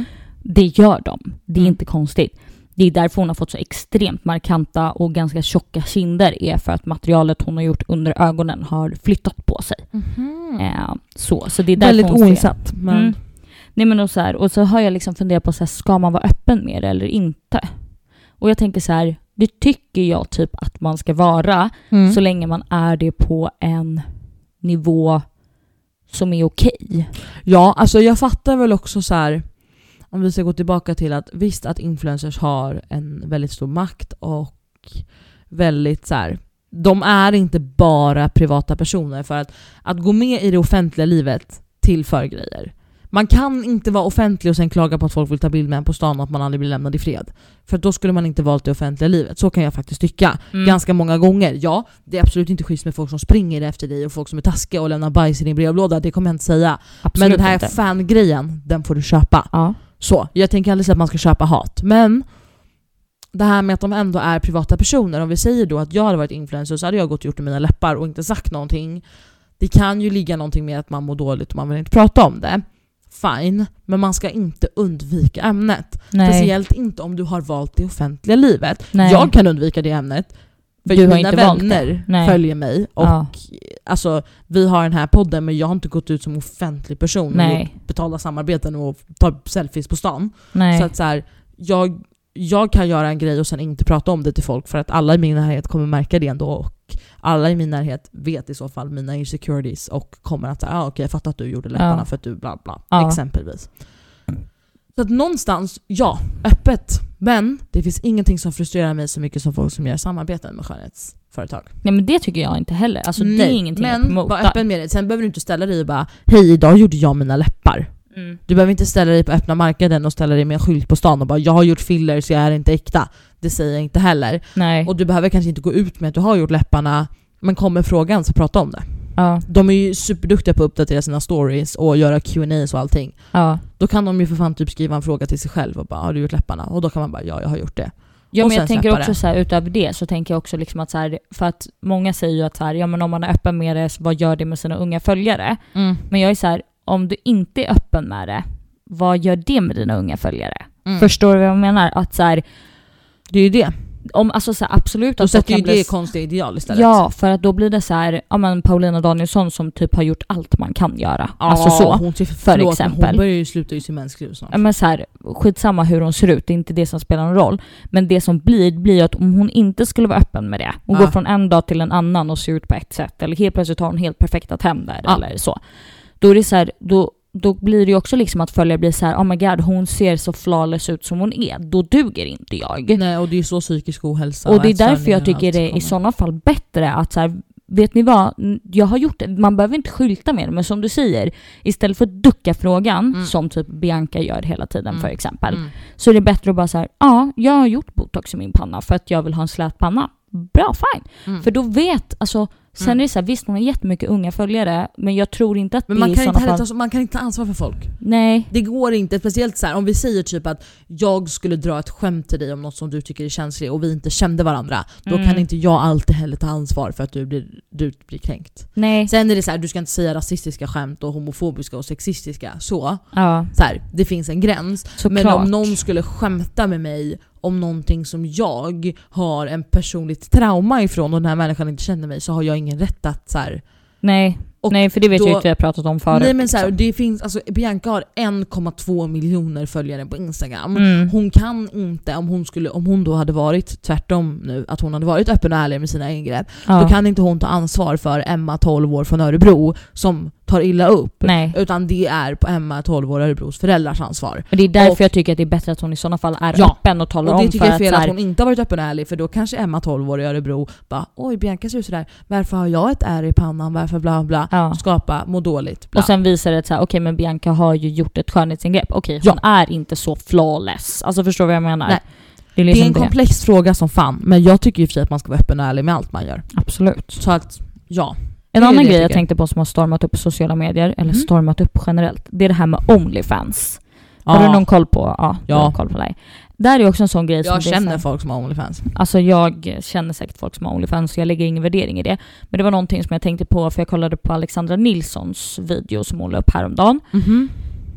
Det gör de. Det är
Mm.
inte konstigt. Det är därför hon har fått så extremt markanta och ganska tjocka kinder, är för att materialet hon har gjort under ögonen har flyttat på sig.
Mm.
Eh, så, så det är därför
Väldigt
hon ser-
oinsatt. Men...
Mm. Nej, men och, så här, och så har jag liksom funderat på så här, ska man vara öppen med det eller inte? Och jag tänker så här, det tycker jag typ att man ska vara
Mm.
så länge man är det på en nivå som är okej.
Ja, alltså jag fattar väl också så här, om vi ska gå tillbaka till att visst att influencers har en väldigt stor makt och väldigt så här, de är inte bara privata personer, för att, att gå med i det offentliga livet tillför grejer. Man kan inte vara offentlig och sen klaga på att folk vill ta bild med en på stan och att man aldrig blir lämnad i fred. För då skulle man inte valt det offentliga livet. Så kan jag faktiskt tycka.
Mm.
Ganska många gånger. Ja, det är absolut inte schysst med folk som springer efter dig och folk som är taskiga och lämnar bajs i din brevlåda. Det kommer jag inte säga.
Absolut
Men den här
inte.
fangrejen, den får du köpa.
Ja.
Så, jag tänker aldrig säga att man ska köpa hat. Men det här med att de ändå är privata personer. Om vi säger då att jag hade varit influencer så hade jag gått och gjort mina läppar och inte sagt någonting. Det kan ju ligga någonting med att man mår dåligt och man vill inte prata om det. Fine, men man ska inte undvika ämnet.
Nej.
Speciellt inte om du har valt det offentliga livet.
Nej.
Jag kan undvika det ämnet. För
Du har
mina
inte valt
vänner
det. Nej.
följer mig. Och
Ja.
alltså, vi har den här podden, men jag har inte gått ut som offentlig person
Nej.
och betalat samarbeten och tar selfies på stan.
Nej.
Så att så här, jag, jag kan göra en grej och sen inte prata om det till folk, för att alla i min närhet kommer märka det ändå. Och alla i min närhet vet i så fall mina insecurities och kommer att säga, ah, okej, okay, jag fattar att du gjorde läpparna
Ja.
för att du bla bla,
Ja.
exempelvis. Så att någonstans, ja, öppet. Men det finns ingenting som frustrerar mig så mycket som folk som gör samarbeten med skönhetsföretag.
Nej, men det tycker jag inte heller. Alltså det är ingenting
men
jag promotar.
var öppen med det. Sen behöver du inte ställa dig och bara, hej, idag gjorde jag mina läppar.
Mm.
Du behöver inte ställa dig på öppna marknaden och ställa dig med en skylt på stan och bara, jag har gjort filler så jag är inte äkta. Det säger jag inte heller.
Nej.
Och du behöver kanske inte gå ut med att du har gjort läpparna, men kommer frågan så prata om det.
Ja.
De är ju superduktiga på att uppdatera sina stories och göra Q and A's och allting.
Ja.
Då kan de ju för fan typ skriva en fråga till sig själv och bara, har du gjort läpparna? Och då kan man bara, ja, jag har gjort det.
Ja,
Och
men jag
sen
tänker
släppa
också
det.
så här, utöver det så tänker jag också liksom att så här, för att många säger ju att så här, ja, men om man är öppen med det, så vad gör det med sina unga följare?
Mm.
Men jag är så här, om du inte är öppen med det, vad gör det med dina unga följare?
Mm.
Förstår du vad jag menar? Att så här,
Det är ju det.
om, alltså så här, absolut
Då
att
sätter
kan
ju
bli-
det konstiga ideal istället.
Ja, för att då blir det så här, ja, men Paulina Danielsson som typ har gjort allt man kan göra.
Ja,
alltså så.
Hon, för
för exempel.
Hon börjar ju sluta ju sin mänsklig snart.
Ja, men så här, skitsamma hur hon ser ut, det är inte det som spelar någon roll. Men det som blir, blir att om hon inte skulle vara öppen med det och
Ja.
går från en dag till en annan och ser ut på ett sätt, eller helt plötsligt har hon helt perfekta tänder
Ja.
eller så. Då är det så här, då, då blir det ju också liksom att följare blir så här, oh my god, hon ser så flawless ut som hon är. Då duger inte jag.
Nej, och det är ju så psykisk ohälsa.
Och det är därför
ätstörningar
jag
och
tycker
allt
det är
som
i
kommer.
sådana fall bättre att så här, vet ni vad, jag har gjort det. Man behöver inte skylta med det, men som du säger, istället för att ducka frågan,
Mm.
som typ Bianca gör hela tiden
Mm.
för exempel,
Mm.
så är det bättre att bara säga, ja, jag har gjort botox i min panna för att jag vill ha en slät panna. Bra, fine.
Mm.
För då vet, alltså, sen
Mm.
är det så här, visst hon har jättemycket unga följare, men jag tror inte att
Men
det
man
i
kan, inte
sådana
heller
fall...
ta, man kan inte ta ansvar för folk.
Nej.
Det går inte, speciellt så här, om vi säger typ att jag skulle dra ett skämt till dig om något som du tycker är känsligt och vi inte kände varandra, då
Mm.
kan inte jag alltid heller ta ansvar för att du blir, du blir kränkt.
Nej.
Sen är det så här, du ska inte säga rasistiska skämt och homofobiska och sexistiska så.
Ja,
Så här, det finns en gräns.
såklart.
Men om någon skulle skämta med mig om någonting som jag har en personligt trauma ifrån och den här människan inte känner mig, så har jag ingen rätt att så här.
Nej.
Och
Nej, för det vet
då-
jag ju att vi har pratat om förut.
Nej, men så här,
liksom.
det finns, alltså, Bianca har en komma två miljoner följare på Instagram.
Mm.
Hon kan inte, om hon, skulle, om hon då hade varit tvärtom nu, att hon hade varit öppen och ärlig med sina ingrepp,
Ja.
då kan inte hon ta ansvar för Emma tolv år från Örebro som tar illa upp.
Nej.
Utan det är på Emma tolv år Örebros föräldrars ansvar.
Och det är därför
Och-
jag tycker att det är bättre att hon i sådana fall är
Ja.
öppen och talar
Och det
om
tycker
för
jag är fel
att, så
att,
här,
hon inte har varit öppen och ärlig, för då kanske Emma tolv år i Örebro bara, oj, Bianca ser ut sådär, varför har jag ett ärr i pannan, varför bla bla,
ja.
skapa, må dåligt, bla.
Och sen visar det att så här, okej, men Bianca har ju gjort ett skönhetsingrepp. Okej, hon är inte så flawless. Alltså förstår du vad jag menar?
Nej.
Det är,
det
liksom
är en
det.
komplex fråga som fan, men jag tycker ju för sig att man ska vara öppen och ärlig med allt man gör.
Absolut.
Så att, ja.
En
Det är
annan
det
grej
jag
jag
tycker.
tänkte på som har stormat upp på sociala medier, eller
Mm.
stormat upp generellt, det är det här med OnlyFans. Har
Ja.
du någon koll på? Ja, du
Ja.
har koll på dig. Där är också en sån grej som
Jag
det är så
känner
här-
folk som har OnlyFans.
Alltså jag känner säkert folk som har OnlyFans, så jag lägger ingen värdering i det. Men det var någonting som jag tänkte på, för jag kollade på Alexandra Nilssons video som hon la upp häromdagen.
Mhm.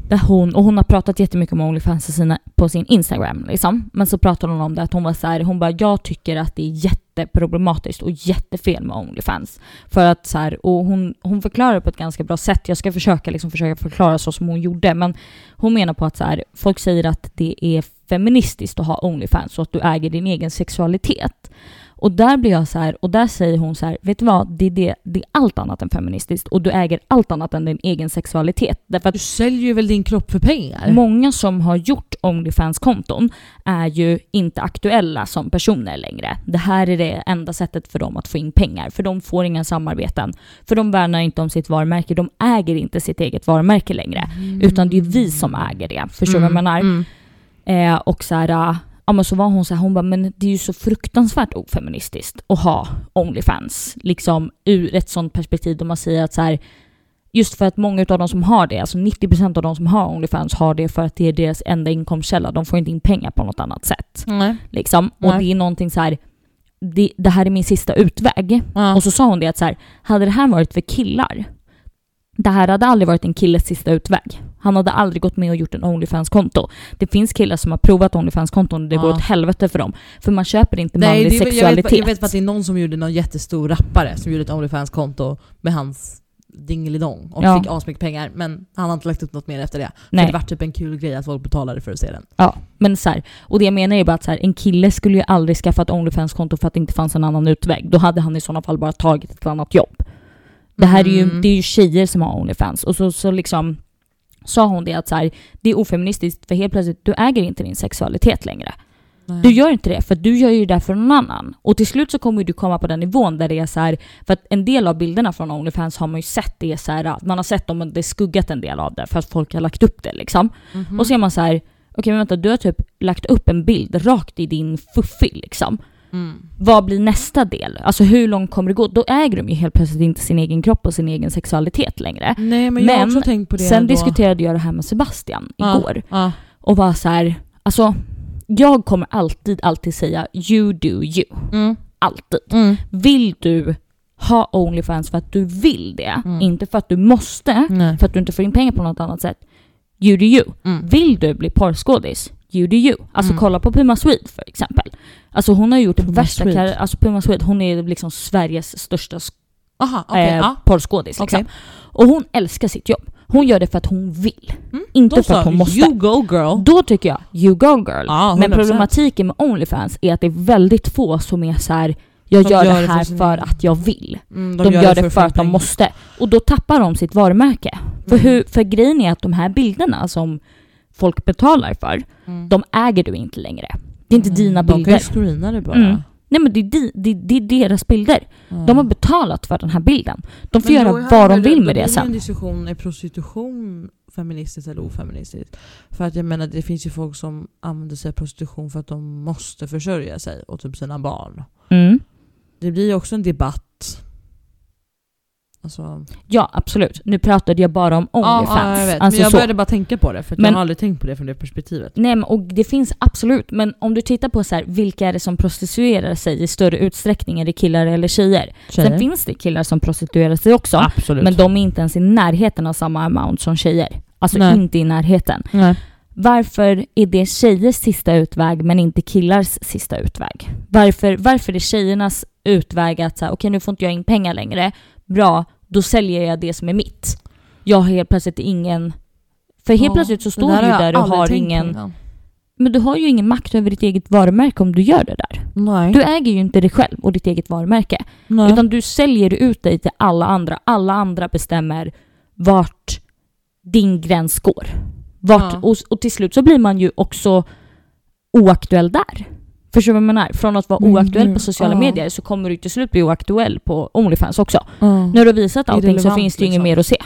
Där hon, och hon har pratat jättemycket om OnlyFans sina, på sin Instagram liksom. Men så pratar hon om det att hon var så här, hon bara, jag tycker att det är jätteproblematiskt och jättefel med OnlyFans. För att så här, och hon, hon förklarar på ett ganska bra sätt. Jag ska försöka liksom försöka förklara så som hon gjorde. Men hon menar på att så här, folk säger att det är feministiskt att ha OnlyFans och att du äger din egen sexualitet. Och där blir jag så här, och där säger hon så här, vet du vad, det är, det, det är allt annat än feministiskt och du äger allt annat än din egen sexualitet. Därför att
du säljer ju väl din kropp för pengar?
Många som har gjort OnlyFans-konton är ju inte aktuella som personer längre. Det här är det enda sättet för dem att få in pengar, för de får inga samarbeten, för de värnar inte om sitt varumärke, de äger inte sitt eget varumärke längre, mm. utan det är vi som äger det. Förstår du mm. vad jag menar? Mm. Eh, och så här... Ja, men så var hon så här, hon bara, men det är ju så fruktansvärt ofeministiskt att ha OnlyFans. Liksom ur ett sånt perspektiv då man säger att så här, just för att många av de som har det, alltså nittio procent av de som har OnlyFans har det för att det är deras enda inkomstkälla. De får inte in pengar på något annat sätt. Mm. Liksom. Och mm. det är någonting så här, det, det här är min sista utväg. Mm. Och så sa hon det att så här, hade det här varit för killar, det här hade aldrig varit en killes sista utväg. Han hade aldrig gått med och gjort en OnlyFans-konto. Det finns killar som har provat OnlyFans-konton och det ja. går åt helvete för dem. För man köper inte manlig Nej, det, sexualitet.
Jag vet, jag vet att det är någon som gjorde någon jättestor rappare som gjorde ett OnlyFans-konto med hans dingelidong och ja. fick asmycket pengar. Men han har inte lagt upp något mer efter det. Nej. För det var typ en kul grej att folk betalade för att se den.
Ja, men så här, och det jag menar är bara att så här, en kille skulle ju aldrig skaffa ett OnlyFans-konto för att det inte fanns en annan utväg. Då hade han i sådana fall bara tagit ett annat jobb. Det här är ju, mm. det är ju tjejer som har OnlyFans. Och så, så liksom sa hon det att så här, det är ofeministiskt för helt plötsligt, du äger inte din sexualitet längre. Nej. Du gör inte det, för du gör ju det för någon annan. Och till slut så kommer du komma på den nivån där det är så här, för att en del av bilderna från OnlyFans har man ju sett, det är så här, man har sett om det är skuggat en del av det för att folk har lagt upp det liksom. Mm-hmm. Och så är man så här, okej okay, men vänta, du har typ lagt upp en bild rakt i din fuffi liksom. Mm. Vad blir nästa del? Alltså hur långt kommer det gå? Då äger de ju helt plötsligt inte sin egen kropp och sin egen sexualitet längre.
Nej, men jag har också tänkt på det.
Sen
då.
diskuterade jag det här med Sebastian
ah,
igår.
Ah.
Och var så här, alltså jag kommer alltid, alltid säga you do you. Mm. Alltid. Mm. Vill du ha OnlyFans för att du vill det, mm. inte för att du måste, Nej. för att du inte får in pengar på något annat sätt. You do you. Mm. Vill du bli porrskådis? You do you. Alltså mm. kolla på Puma Swede för exempel. Alltså hon har gjort det värsta karriär, alltså Puma Swede, hon är liksom Sveriges största sk-
Aha, okay,
eh,
ah.
porrskådis liksom.
Okay.
Och hon älskar sitt jobb. Hon gör det för att hon vill. Mm. Inte Då för att hon måste.
You go girl.
Då tycker jag, you go girl.
Ah,
Men problematiken med OnlyFans är att det är väldigt få som är så här, jag de gör, gör det här för, för att jag vill. Mm, de, de gör, gör det för, för att de måste. Och då tappar de sitt varumärke. Mm. För, hur, för grejen är att de här bilderna som folk betalar för, mm. de äger du inte längre. Det är inte mm. dina bilder.
De kan ju screena det bara.
Mm. Nej, men det är, di, det, det är deras bilder. Mm. De har betalat för den här bilden. De får men göra vad de vill med det, det sen.
En diskussion, är prostitution feministiskt eller ofeministiskt? För att jag menar, det finns ju folk som använder sig av prostitution för att de måste försörja sig och typ sina barn.
Mm.
Det blir ju också en debatt. Alltså...
Ja, absolut. Nu pratade jag bara om OnlyFans.
Ja, jag vet.
Alltså
men jag
så.
började bara tänka på det, för
men,
jag har aldrig tänkt på det från det perspektivet.
Nej, men, och det finns absolut. Men om du tittar på så här, vilka är det som prostituerar sig i större utsträckning? Är det killar eller tjejer? tjejer? Sen finns det killar som prostituerar sig också.
Absolut.
Men de är inte ens i närheten av samma amount som tjejer. Alltså Nej. inte i närheten.
Nej.
Varför är det tjejers sista utväg men inte killars sista utväg? Varför, varför är tjejernas utväg att säga, okej okay, nu får inte jag in pengar längre. Bra, då säljer jag det som är mitt. Jag har helt plötsligt ingen... För helt ja, plötsligt så står du där och har ingen... Men du har ju ingen makt över ditt eget varumärke om du gör det där.
Nej.
Du äger ju inte dig själv och ditt eget varumärke. Nej. Utan du säljer ut dig till alla andra. Alla andra bestämmer vart din gräns går. Vart, ja. och, och till slut så blir man ju också oaktuell där. Förstår du vad jag menar? Från att vara oaktuell mm, på sociala ja. medier så kommer du till slut bli oaktuell på OnlyFans också. Ja. När du har visat allting så finns det ju liksom. inget mer att se.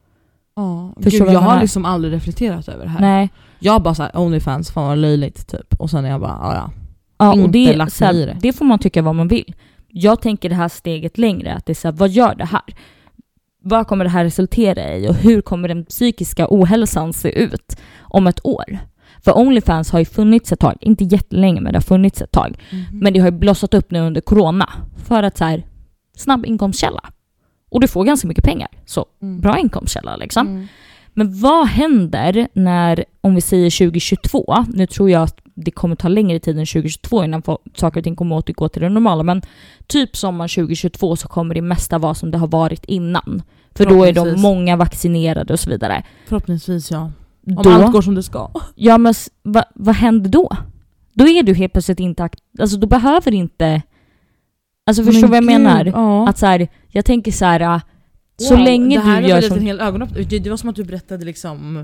Ja. Gud, jag har liksom aldrig reflekterat över det här.
Nej.
Jag bara såhär, OnlyFans, fan vad löjligt typ. Och sen är jag bara, ja ja.
Ja,
inte
och det,
lagt
så här,
i det.
Det får man tycka vad man vill. Jag tänker det här steget längre. Att det är så här, vad gör det här? Vad kommer det här resultera i? Och hur kommer den psykiska ohälsan se ut om ett år? För OnlyFans har ju funnits ett tag. Inte jättelänge, men det har funnits ett tag. Mm. Men det har ju blossat upp nu under corona. För att så här, snabb inkomstkälla. Och du får ganska mycket pengar. Så mm. bra inkomstkälla liksom. Mm. Men vad händer när, om vi säger tjugo tjugotvå, nu tror jag att det kommer ta längre tid än tjugo tjugotvå innan saker och ting kommer återgå till det normala, men typ sommar tjugo tjugotvå så kommer det mesta vara som det har varit innan. För då är de många vaccinerade och så vidare.
Förhoppningsvis, ja. Om
då,
allt går som det ska.
Ja, men va, vad händer då? Då är du helt plötsligt inte... Alltså då behöver inte... Alltså förstår du vad jag
Gud,
menar?
Ja.
Att så här, jag tänker så här... Så
wow,
länge
det här
du gör som...
en hel ögonöppning. Det, det var som att du berättade liksom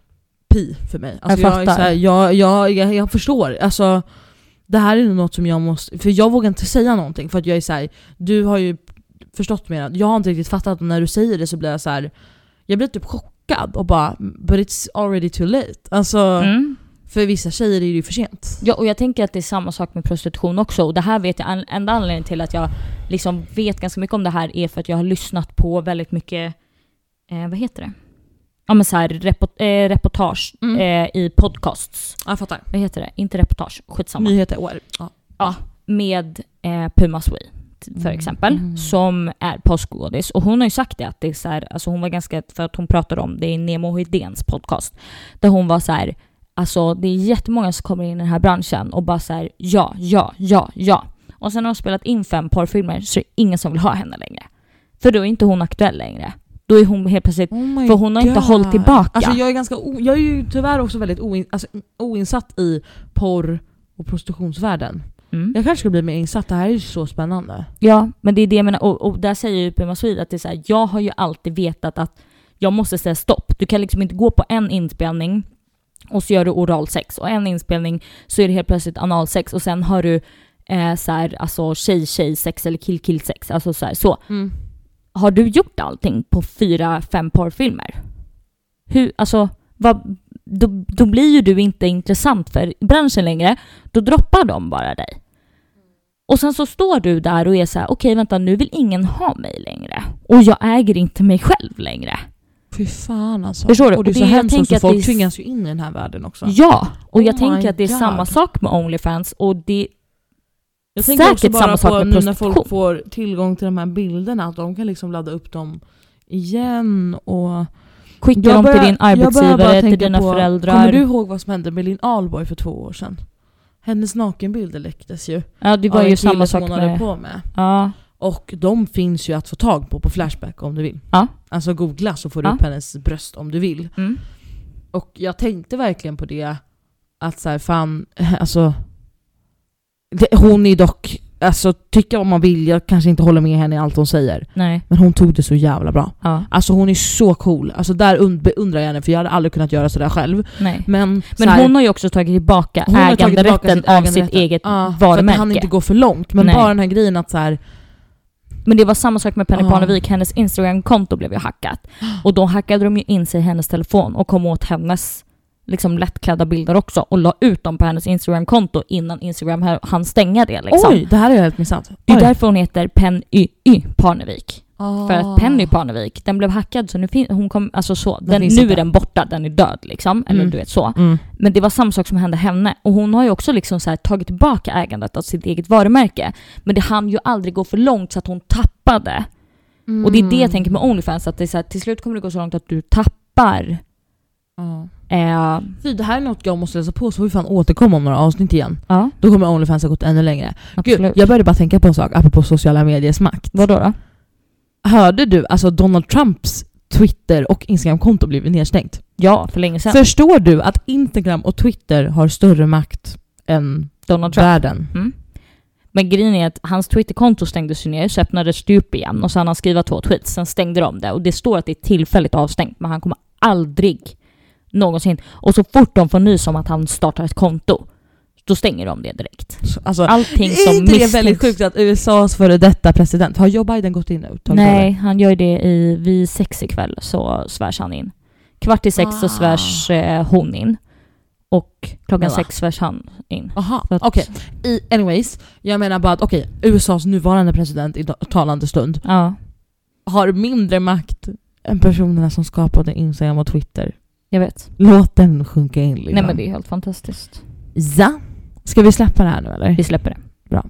pi för mig. Alltså
jag
jag,
fattar.
Så här, jag, jag, jag, jag förstår. Alltså, det här är något som jag måste... För jag vågar inte säga någonting. För att jag är så här, du har ju förstått mig. Jag har inte riktigt fattat. När du säger det så blir jag så här... Jag blir typ chockad och bara... But it's already too late. Alltså...
Mm.
För vissa tjejer är det ju för sent.
Ja, och jag tänker att det är samma sak med prostitution också. Och det här vet jag, enda anledningen till att jag liksom vet ganska mycket om det här är för att jag har lyssnat på väldigt mycket, eh, vad heter det? Ja, men så här, report, eh, reportage
Mm.
eh, i podcasts.
Jag fattar.
Vad heter det? Inte reportage, skitsamma.
Nyheter. Oh, ja.
Ja, med eh, Puma Swee för
Mm.
exempel,
Mm.
som är postskådis. Och hon har ju sagt det att det är så här, alltså hon var ganska, för att hon pratade om det i Nemo Hedéns podcast, där hon var så här, alltså det är jättemånga som kommer in i den här branschen och bara så här, ja, ja, ja, ja. Och sen har hon spelat in fem porrfilmer så är det ingen som vill ha henne längre. För då är inte hon aktuell längre. Då är hon helt plötsligt,
Oh
för hon har
God.
inte hållit tillbaka.
Alltså jag är ganska o, jag är ju tyvärr också väldigt oin, alltså, oinsatt i porr och prostitutionsvärlden.
Mm.
Jag kanske skulle bli mer insatt. Det här är ju så spännande.
Ja, men det är det jag menar. Och, och där säger ju Puma Swede att det är så här, jag har ju alltid vetat att jag måste säga stopp. Du kan liksom inte gå på en inspelning och så gör du oralsex. Och en inspelning så är det helt plötsligt analsex. Och sen har du eh, så här, alltså tjej-tjej-sex eller kill-kill-sex. Alltså så här, så.
Mm.
Har du gjort allting på fyra, fem porrfilmer? Hur, alltså, vad, då, då blir ju du inte intressant för branschen längre. Då droppar de bara dig. Och sen så står du där och är så här, okej okay, vänta, nu vill ingen ha mig längre. Och jag äger inte mig själv längre.
Fy fan alltså.
Förstår du?
Och det är
och
så
det,
hemskt också, folk
det är...
tvingas ju in i den här världen också.
Ja, och
Oh
jag tänker
my
att det är
God.
samma sak med OnlyFans. Och det
Jag tänker
säkert
också bara
samma sak
på
med
nu när
prostitution.
folk får tillgång till de här bilderna, att de kan liksom ladda upp dem igen och
skicka
Jag
dem
börjar-
till din
jag börjar bara
arbetsgivare, till
tänka
dina
på-
föräldrar.
Kommer du ihåg vad som hände med Linn Ahlborg för två år sedan? Hennes nakenbilder läcktes ju.
Ja, det var
av en
ju
kille
samma
som
sak
hon hade
med...
på med.
Ja,
Och de finns ju att få tag på på Flashback om du vill.
Ja.
Alltså googla så får du
Ja.
upp hennes bröst om du vill.
mm.
Och jag tänkte verkligen på det, att så här, fan, alltså det, hon är dock, alltså tycka om man vill, jag kanske inte håller med henne i allt hon säger,
Nej.
men hon tog det så jävla bra.
Ja,
Alltså hon är så cool. Alltså där und- beundrar jag henne, för jag hade aldrig kunnat göra sådär själv.
nej.
Men,
Men
så här,
hon har ju också tagit tillbaka
hon har tagit
äganderätten
tillbaka sitt
av
äganderätten.
sitt eget
Ja, för att
varumärke.
han inte går för långt. Men
Nej.
bara den här grejen att så här,
Men det var samma sak med Penny
Ja.
Parnevik. Hennes Instagram-konto blev ju hackat. Och då hackade de ju in sig i hennes telefon och kom åt hennes liksom lättklädda bilder också och la ut dem på hennes Instagram-konto innan Instagram hann stänga det. Liksom.
oj, det här är helt missat.
Det är
Oj.
därför hon heter Penny Y Parnevik.
Ah.
För att Penny Parnevik, den blev hackad så nu fin- hon kom, alltså så, den,
finns
nu
inte.
är den borta, den är död liksom. Eller
Mm.
du vet så.
Mm.
Men det var samma sak som hände henne. Och hon har ju också liksom så här tagit tillbaka ägandet av sitt eget varumärke. Men det hann ju aldrig gå för långt så att hon tappade.
Mm.
Och det är det jag tänker med OnlyFans, att det är så här, till slut kommer det gå så långt att du tappar.
Ja.
Eh,
Fy, det här är något jag måste läsa på, så får vi fan återkomma om några avsnitt igen.
ja,
Då kommer OnlyFans ha gått ännu längre.
absolut.
Gud, jag började bara tänka på en sak apropå sociala mediers makt.
Vadå då?
Hörde du, alltså Donald Trumps Twitter och Instagram-konto blivit nedstängt?
Ja, för länge sedan.
Förstår du att Instagram och Twitter har större makt än
Donald Trump.
världen?
Mm. Men grejen är att hans Twitterkonto stängdes ju ner, så öppnades det upp igen och så han har skrivit två tweets, sen stängde de det och det står att det är tillfälligt avstängt, men han kommer aldrig någonsin, och så fort de får nys om att han startar ett konto, då stänger de det direkt.
Alltså,
Allting
är
som
inte det
misstänks...
väldigt sjukt att U S A:s före detta president, har Joe Biden gått in nu? Tagit
Nej,
över?
han gör det i, vid sex ikväll, så svärs han in. Kvart i sex
Ah.
så svärs eh, hon in. Och klockan
Men va?
sex svärs han in.
Aha,
Så att-
okej. I- Anyways, jag menar bara att okej, U S A:s nuvarande president i da- talande stund
Ja,
har mindre makt än personerna som skapade Instagram och Twitter.
jag vet.
Låt den sjunka in liksom.
Nej, men det är helt fantastiskt.
Ja. Ska vi släppa det här nu eller?
Vi släpper det.
Bra.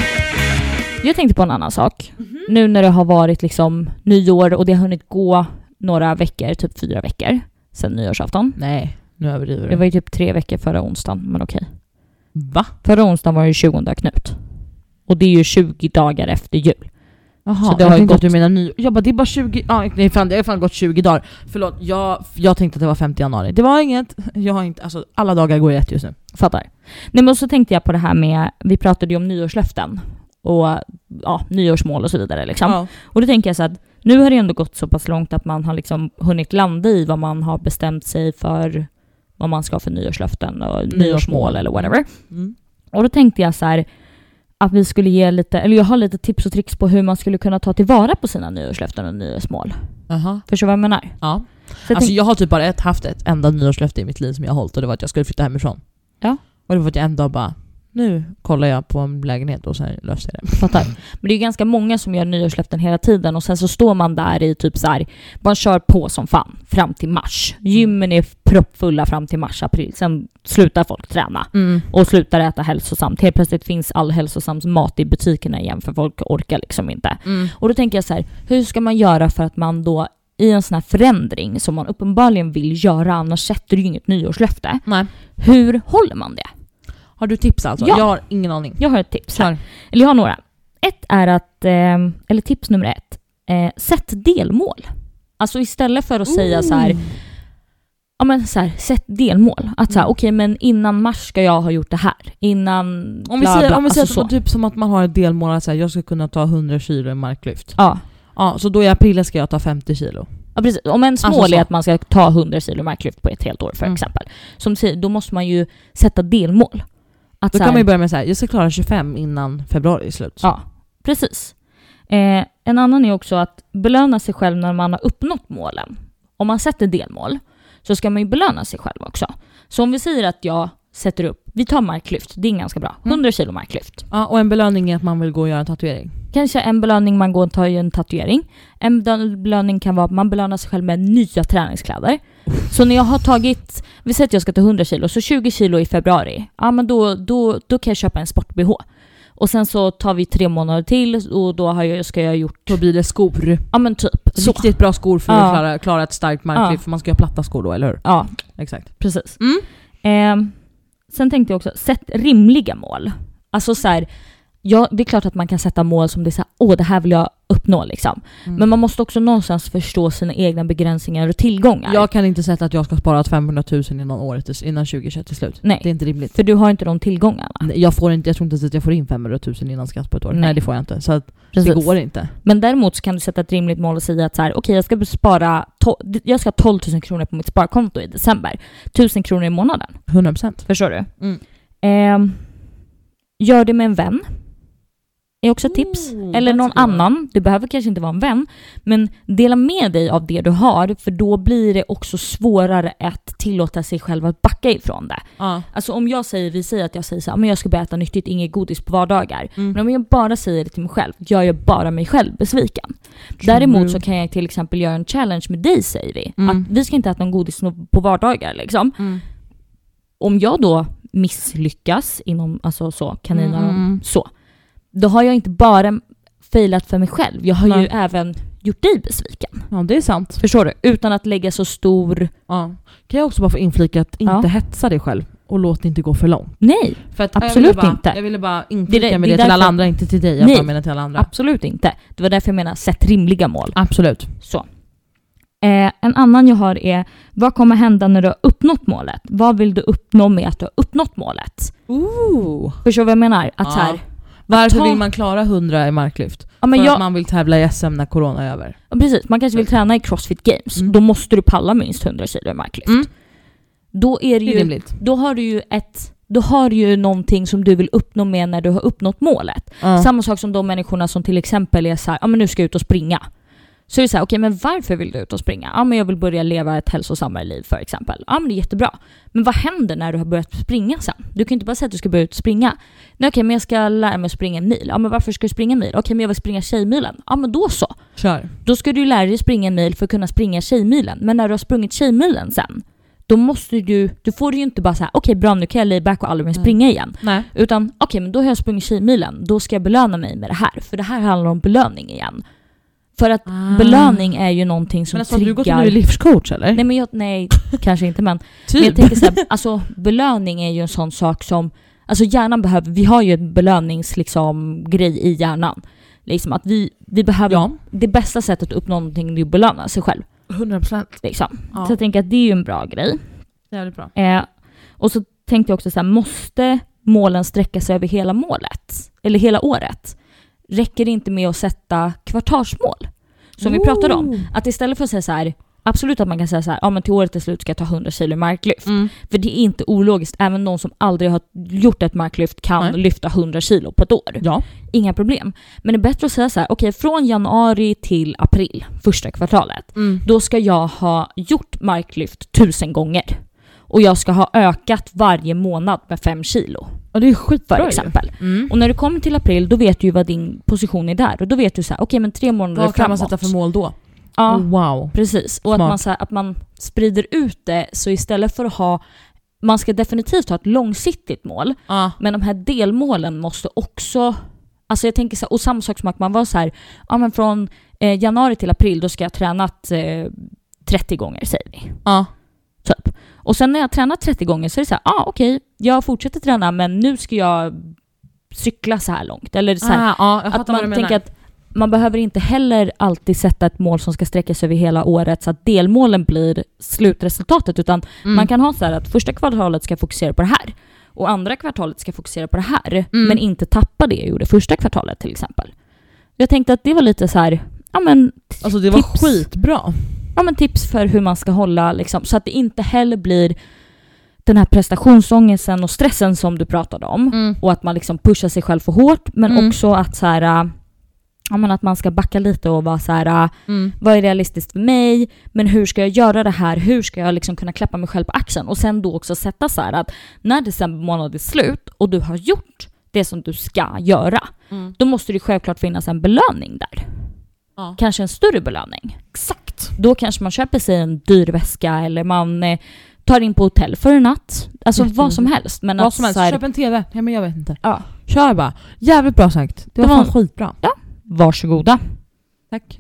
Jag tänkte på en annan sak. Nu när det har varit liksom nyår och det har hunnit gå några veckor, typ fyra veckor sedan nyårsafton.
Nej, nu överdriver du.
Det var ju typ tre veckor förra onsdagen, men okej.
Va?
Förra onsdagen var det tjugonde Knut. Och det är ju tjugo dagar efter jul.
Jaha,
så det
jag
har ju
tänkte
gått...
att du menar ny... Jag bara, det är bara tjugo... Ja, nej, fan, det har fan gått tjugo dagar. Förlåt, jag, jag tänkte att det var femte januari. Det var inget... Jag har inte... Alltså, alla dagar går rätt just nu.
Fattar. Nej, men så tänkte jag på det här med... Vi pratade ju om nyårslöften. Och ja, nyårsmål och så vidare liksom.
Ja.
Och då tänker jag så att nu har det ändå gått så pass långt att man har liksom hunnit landa i vad man har bestämt sig för, vad man ska för nyårslöften och nyårsmål, nyårsmål eller whatever. Mm. Och då tänkte jag så här att vi skulle ge lite, eller jag har lite tips och tricks på hur man skulle kunna ta tillvara på sina nyårslöften och nyårsmål.
Uh-huh.
Förstår du vad jag menar?
Ja.
Så jag,
alltså
tänk...
jag har typ bara ett, haft ett enda nyårslöfte i mitt liv som jag har hållit, och det var att jag skulle flytta hemifrån.
Ja.
Och det var att jag en dag bara, nu kollar jag på en lägenhet och sen löser jag det.
Fattar. Men det är ganska många som gör nyårslöften hela tiden och sen så står man där i typ så här, man kör på som fan fram till mars. Gymmen är proppfulla fram till mars, april. Sen slutar folk träna mm. och slutar äta hälsosamt. Helt plötsligt finns all hälsosam mat i butikerna igen för folk orkar liksom inte. Mm. Och då tänker jag så här, hur ska man göra för att man då i en sån här förändring som man uppenbarligen vill göra, annars sätter du ju inget nyårslöfte.
Nej.
Hur håller man det?
Har du tips alltså?
Ja.
Jag har ingen aning.
Jag har ett tips här. Eller jag har några. Ett är att, eh, eller tips nummer ett, eh, sätt delmål. Alltså istället för att mm. säga så här, ja men så här, sätt delmål. Att så här, okej, okay, men innan mars ska jag ha gjort det här. Innan
om vi säger,
bla, bla,
om vi säger
alltså
att typ som att man har ett delmål att säga, jag ska kunna ta hundra kilo i marklyft.
Ja.
Ja, så då i april ska jag ta femtio kilo.
Ja, precis. Om ens
alltså
mål
så.
är att man ska ta hundra kilo marklyft på ett helt år för mm. exempel. Som säger, då måste man ju sätta delmål. Att
då
så
kan
här,
man ju börja med så här, jag ska klara tjugofem innan februari är slut.
Ja, precis. Eh, en annan är också att belöna sig själv när man har uppnått målen. Om man sätter delmål så ska man ju belöna sig själv också. Så om vi säger att jag sätter upp, vi tar marklyft, det är ganska bra, hundra kilo marklyft.
Ja, och en belöning är att man vill gå och göra en tatuering.
Kanske en belöning man går och tar en tatuering. En belöning kan vara att man belönar sig själv med nya träningskläder. Så när jag har tagit, vi säger att jag ska ta hundra kilo, så tjugo kilo i februari, ja men då, då, då kan jag köpa en sport-B H. Och sen så tar vi tre månader till och då har jag, ska jag ha gjort...
Då blir det skor.
Ja men typ.
Så. Riktigt bra skor för
ja.
att klara, klara ett starkt marklyft, ja. För man ska ha platta skor då, eller hur?
Ja.
Exakt.
Precis.
Mm.
Eh, sen tänkte jag också, sätt rimliga mål. Alltså så här, ja, det är klart att man kan sätta mål som det är så här, åh det här vill jag uppnå liksom. Mm. Men man måste också någonstans förstå sina egna begränsningar och tillgångar.
Jag kan inte sätta att jag ska spara femhundratusen innan året, innan tjugohundratjugoett till slut.
Nej.
Det är inte rimligt.
För du har inte de tillgångarna.
Nej, jag får inte, jag tror inte ens att jag får in femhundratusen innan skatt på ett år. Nej, Nej det får jag inte. Så att det går inte.
Men däremot så kan du sätta ett rimligt mål och säga att så här, okej, okay, jag ska spara to- jag ska ha tolv tusen kronor på mitt sparkonto i december. tusen kronor i månaden.
hundra procent.
Förstår du?
Mm.
Eh, gör det med en vän. Är också ett tips.
Mm,
eller någon annan. Du behöver kanske inte vara en vän. Men dela med dig av det du har. För då blir det också svårare att tillåta sig själv att backa ifrån det.
Ah.
Alltså om jag säger, vi säger att jag säger så här, men jag ska börja äta nyttigt, inget godis på vardagar.
Mm.
Men om jag bara säger det till mig själv, gör jag bara mig själv besviken. True. Däremot så kan jag till exempel göra en challenge med dig, säger vi. Mm. Att vi ska inte äta någon godis på vardagar liksom. Mm. Om jag då misslyckas inom, alltså så, kaniner mm. så. Då har jag inte bara failat för mig själv. Jag har Nej. ju även gjort dig besviken.
Ja, det är sant.
Förstår du? Utan att lägga så stor...
Ja. Kan jag också bara få inflika att inte ja. hetsa dig själv och låt det inte gå för långt.
Nej,
för att
absolut
jag bara,
inte.
Jag ville bara inflika det, med det,
det
till alla andra, inte till dig. Jag
Nej,
menar till alla andra.
Absolut inte. Det var därför jag menar, sätt rimliga mål.
Absolut.
Så. Eh, en annan jag har är, vad kommer hända när du har uppnått målet? Vad vill du uppnå med att du har uppnått målet?
Ooh.
Förstår du vad jag menar? Att
ja.
så här,
varför ta... vill man klara hundra i marklyft?
Ja, men
för
jag...
att man vill tävla i S M när corona är över.
Ja, precis. Man kanske vill träna i CrossFit Games. Mm. Då måste du palla minst hundra kilo i marklyft. Mm. Då är det ju... Det är då har du ju ett... Då har du ju någonting som du vill uppnå med när du har uppnått målet. Mm. Samma sak som de människorna som till exempel är så här, ja men nu ska jag ut och springa. Så är det så här, okej, okay, men varför vill du ut och springa? Ja, men jag vill börja leva ett hälsosammare liv för exempel. Ja, men det är jättebra. Men vad händer när du har börjat springa sen? Du kan inte bara säga att du ska börja ut och springa. Nej, okej, okay, men jag ska lära mig att springa en mil. Ja, men varför ska du springa en mil? Okej, okay, men jag vill springa tjejmilen. Ja, men då så.
Kör.
Då ska du lära dig springa en mil för att kunna springa tjejmilen. Men när du har sprungit tjejmilen sen, då måste du, du får ju inte bara säga, okej, okay, bra, nu kan jag lay back och aldrig mer springa igen.
Nej.
Utan, okej, okay, men då har jag sprungit tjejmilen. Då ska jag belöna mig med det här. För det här handlar om belöning igen. För att
ah.
belöning är ju någonting som
men alltså,
triggar...
Men alltså, du går till en livscoach eller?
Nej, men jag, nej kanske inte, men,
typ.
men jag tänker så här, alltså belöning är ju en sån sak som, alltså hjärnan behöver, vi har ju en belönings liksom grej i hjärnan. Liksom att vi, vi behöver,
ja.
det bästa sättet att uppnå någonting är att belöna sig själv.
hundra procent.
Liksom.
Ja.
Så jag tänker att det är ju en bra grej.
Jävligt bra.
Eh, och så tänkte jag också så här, måste målen sträcka sig över hela målet? Eller hela året? Räcker det inte med att sätta kvartalsmål? Som vi pratade om. Att istället för att säga så här, absolut att man kan säga så här, ja men till året till slut ska jag ta hundra kilo marklyft.
Mm.
För det är inte ologiskt. Även någon som aldrig har gjort ett marklyft kan
Nej.
lyfta hundra kilo på ett år.
Ja.
Inga problem. Men det är bättre att säga så här, okej, okay, från januari till april, första kvartalet,
Mm.
då ska jag ha gjort marklyft tusen gånger. Och jag ska ha ökat varje månad med fem kilo.
Och det är skitbra
för exempel.
Mm.
Och när du kommer till april, då vet du ju vad din position är där. Och då vet du så här, okej okay, men tre månader
vad
framåt.
Vad kan man sätta för mål då?
Ja,
oh, wow.
Precis. Och att man, så här, att man sprider ut det, så istället för att ha, man ska definitivt ha ett långsiktigt mål.
Ah.
Men de här delmålen måste också, alltså jag tänker så här, och samma sak som att man var så här, ja men från eh, januari till april då ska jag ha tränat eh, trettio gånger, säger vi.
Ja.
Typ. Och sen när jag har tränat trettio gånger så är det så här, ah, okej, okay, jag fortsätter träna men nu ska jag cykla så här långt. Eller så här,
ah, ja, jag
att man tänker att man behöver inte heller alltid sätta ett mål som ska sträcka sig över hela året så att delmålen blir slutresultatet, utan
mm.
man kan ha så här att första kvartalet ska fokusera på det här och andra kvartalet ska fokusera på det här, mm. men inte tappa det jag gjorde första kvartalet till exempel. Jag tänkte att det var lite så här, ja men
alltså det var
tips,
skitbra.
Ja men tips för hur man ska hålla liksom, så att det inte heller blir den här prestationsångesten och stressen som du pratade om,
mm.
och att man liksom pushar sig själv för hårt, men
mm.
också att så här, ja, men att man ska backa lite och vara så här,
mm.
vad är realistiskt för mig, men hur ska jag göra det här, hur ska jag liksom kunna klappa mig själv på axeln, och sen då också sätta så här att när december månad är slut och du har gjort det som du ska göra,
mm.
då måste det självklart finnas en belöning där. Ja. Kanske en större belöning.
Exakt.
Då kanske man köper sig en dyr väska eller man eh, tar in på hotell för en natt. Alltså mm. vad som helst. Men
vad
att,
som helst.
Här,
köp en tv. Ja, men jag vet inte.
Ja.
Kör bara. Jävligt bra sagt. Det var, det var fan skitbra.
Ja, varsågoda.
Tack.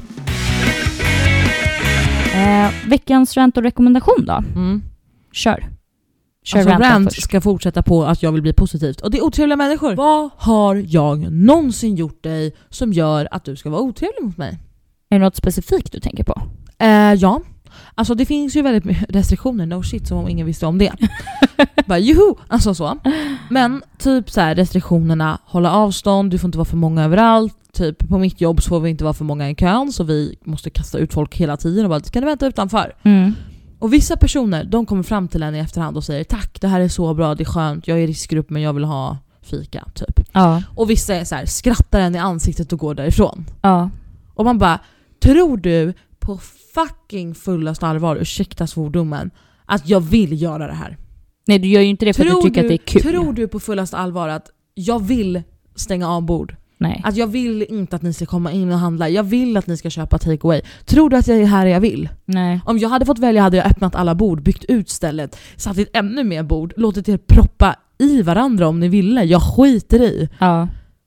Eh, veckans rant och rekommendation då?
Mm.
Kör. Kör
alltså rant
först.
ska fortsätta på att jag vill bli positivt. Och det är otrevliga människor. Vad har jag någonsin gjort dig som gör att du ska vara otrevlig mot mig?
Är det något specifikt du tänker på?
Eh, ja. Alltså det finns ju väldigt mycket restriktioner. No shit, som om ingen visste om det. Bara juhu! Alltså så. Men typ så här, restriktionerna, hålla avstånd, du får inte vara för många överallt. Typ på mitt jobb så får vi inte vara för många i kön, så vi måste kasta ut folk hela tiden och bara, ska ni vänta utanför?
Mm.
Och vissa personer, de kommer fram till en i efterhand och säger tack, det här är så bra, det är skönt, jag är i riskgrupp men jag vill ha fika, typ.
Ja.
Och vissa är så här, skrattar en i ansiktet och går därifrån.
Ja.
Och man bara, tror du på fucking fullast allvar, ursäkta svordomen, att jag vill göra det här?
Nej, du gör ju inte det för
tror
att du tycker
du,
att det är kul.
Tror du på fullast allvar att jag vill stänga av bord?
Nej.
Att jag vill inte att ni ska komma in och handla. Jag vill att ni ska köpa takeaway. Tror du att jag är här jag vill?
Nej.
Om jag hade fått välja hade jag öppnat alla bord, byggt ut stället, satt ett ännu mer bord, låtit er proppa i varandra om ni ville. Jag skiter i.
Ja.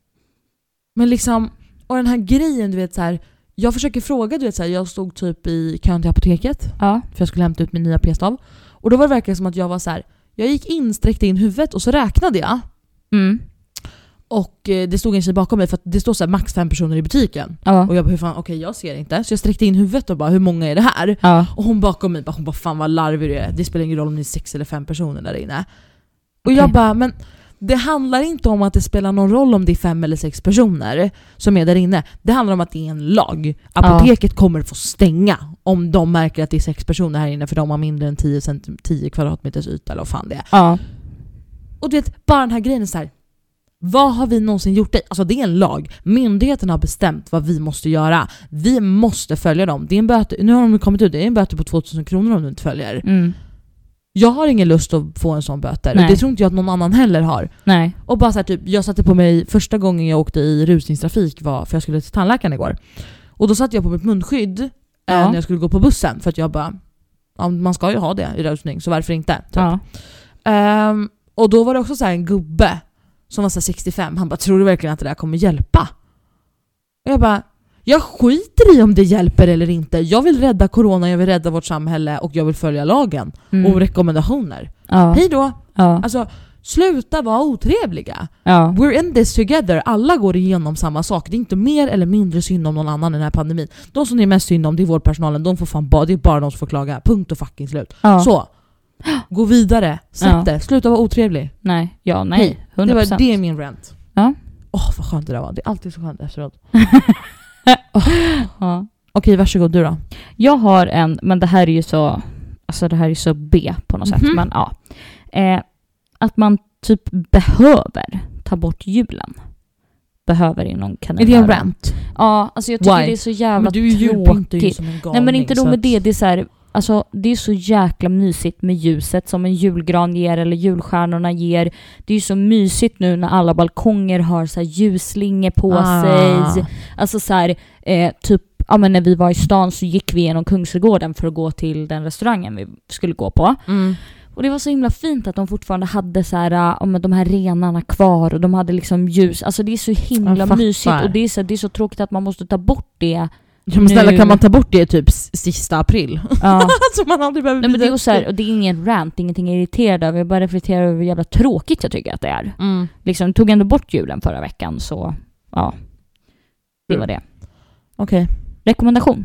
Men liksom, och den här grejen, du vet så här, jag försöker fråga, du vet så här, jag stod typ i kön till apoteket.
Ja.
För jag skulle hämta ut min nya p-stav. Och då var det verkligen som att jag var så här, jag gick in, sträckte in huvudet och så räknade jag.
Mm.
Och eh, det stod en tjej bakom mig, för att det står så här max fem personer i butiken.
Ja.
Och jag bara, hur fan, okej okay, jag ser inte. Så jag sträckte in huvudet och bara, hur många är det här?
Ja.
Och hon bakom mig, bara, hon bara, fan vad larvig du är. Det spelar ingen roll om det är sex eller fem personer där inne. Och
okay.
jag bara, men det handlar inte om att det spelar någon roll om det är fem eller sex personer som är där inne. Det handlar om att det är en lag. Apoteket ja. kommer få stänga om de märker att det är sex personer här inne, för de har mindre än tio, tio kvadratmeters yta eller vad fan det är.
Ja.
Och du vet, bara den här grejen är så här, vad har vi någonsin gjort? Alltså det är en lag. Myndigheten har bestämt vad vi måste göra. Vi måste följa dem. Det är en böter, nu har de kommit ut, det är en böter på tvåtusen kronor om du inte följer.
Mm.
Jag har ingen lust att få en sån böter.
Nej.
Och det tror inte jag att någon annan heller har.
Nej.
Och bara så här, typ, jag satte på mig, första gången jag åkte i rusningstrafik var för jag skulle till tandläkaren igår. Och då satte jag på mitt munskydd ja. när jag skulle gå på bussen. För att jag bara, ja, man ska ju ha det i rusning, så varför inte? Typ.
Ja.
Um, och då var det också så här en gubbe som var så sextiofem. Han bara, tror du verkligen att det där kommer hjälpa? Och jag bara, Jag skiter i om det hjälper eller inte. Jag vill rädda corona, jag vill rädda vårt samhälle och jag vill följa lagen
Mm.
och rekommendationer.
Ja.
Hej då!
Ja.
Alltså, sluta vara otrevliga.
Ja.
We're in this together. Alla går igenom samma sak. Det är inte mer eller mindre synd om någon annan i den här pandemin. De som det är mest synd om, det är vårdpersonalen. De får fan bara, det är bara de som får klaga. Punkt och fucking slut.
Ja.
Så, gå vidare. Släpp
Ja.
det. Sluta vara otrevlig.
Nej, ja, nej.
Hej.
hundra procent.
Det var det är min rant.
Ja.
Åh, vad skönt det där var. Det är alltid så skönt efteråt.
Ja.
Okej, varsågod du då.
Jag har en, men det här är ju så, alltså det här är ju så B på något
Mhm.
sätt, men ja. Eh, att man typ behöver ta bort julen. Behöver inom
Är det en rant?
Ja, alltså jag tycker
Why?
det är så jävla
Men du julpyntar ju
tråkigt.
som en galning.
Nej, men inte nog
så
med
att-
det, det är så här, alltså det är så jäkla mysigt med ljuset som en julgran ger eller julstjärnorna ger. Det är ju så mysigt nu när alla balkonger har så här ljusslingor på
Ah.
sig. Alltså så här, eh, typ ja, men när vi var i stan så gick vi genom Kungsträdgården för att gå till den restaurangen vi skulle gå på.
Mm.
Och det var så himla fint att de fortfarande hade så här, ja, men de här renarna kvar och de hade liksom ljus. Alltså det är så himla
Jag fattar.
mysigt och det är, så, det är så tråkigt att man måste ta bort det.
Ja, men snälla,
Nu-
kan man ta bort det typ s- sista april?
Ja.
Så man aldrig behöver
Nej, men det är
byta
ju så här,
ut
och det är ingen rant, ingenting jag är irriterad över. Jag bara reflekterar över hur jävla tråkigt jag tycker att det är.
Mm.
Liksom, tog ändå bort julen förra veckan, så ja. Det var det.
Okej.
Rekommendation.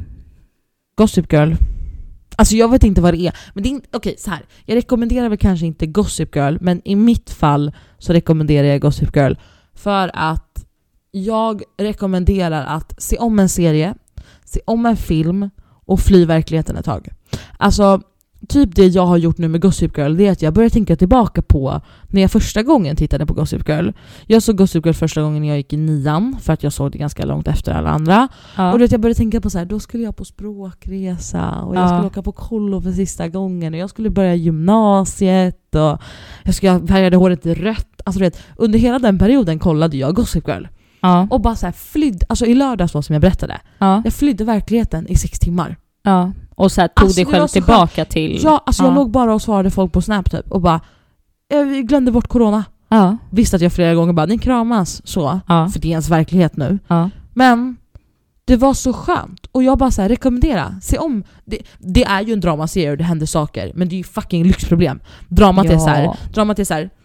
Gossip Girl. Alltså jag vet inte vad det är. Men det är inte, okej, så här. Jag rekommenderar väl kanske inte Gossip Girl, men i mitt fall så rekommenderar jag Gossip Girl för att jag rekommenderar att se om en serie, se om en film och fly verkligheten ett tag. Alltså typ det jag har gjort nu med Gossip Girl, det är att jag börjar tänka tillbaka på när jag första gången tittade på Gossip Girl. Jag såg Gossip Girl första gången när jag gick i nian, för att jag såg det ganska långt efter alla andra.
Ja.
Och då jag började tänka på så här, då skulle jag på språkresa och jag
Ja.
skulle åka på kollo för sista gången och jag skulle börja gymnasiet och jag skulle färgade håret rött. Alltså du vet, under hela den perioden kollade jag Gossip Girl
Ja.
och bara så här flydde, alltså i lördags då som jag berättade.
Ja.
Jag flydde verkligheten i sex timmar.
Ja. Och så här, tog
Alltså,
dig
det
själv
var så
tillbaka till...
Ja, alltså
ja.
jag låg bara och svarade folk på Snap typ och bara jag glömde bort corona.
Ja.
Visste att jag flera gånger bara, ni kramas så.
Ja.
För det är ens verklighet nu.
Ja.
Men det var så skönt. Och jag bara så här, rekommendera. Se om. Det, det är ju en dramaserie och det händer saker. Men det är ju fucking lyxproblem. Dramat
Ja.
är så här. Dramat är så här.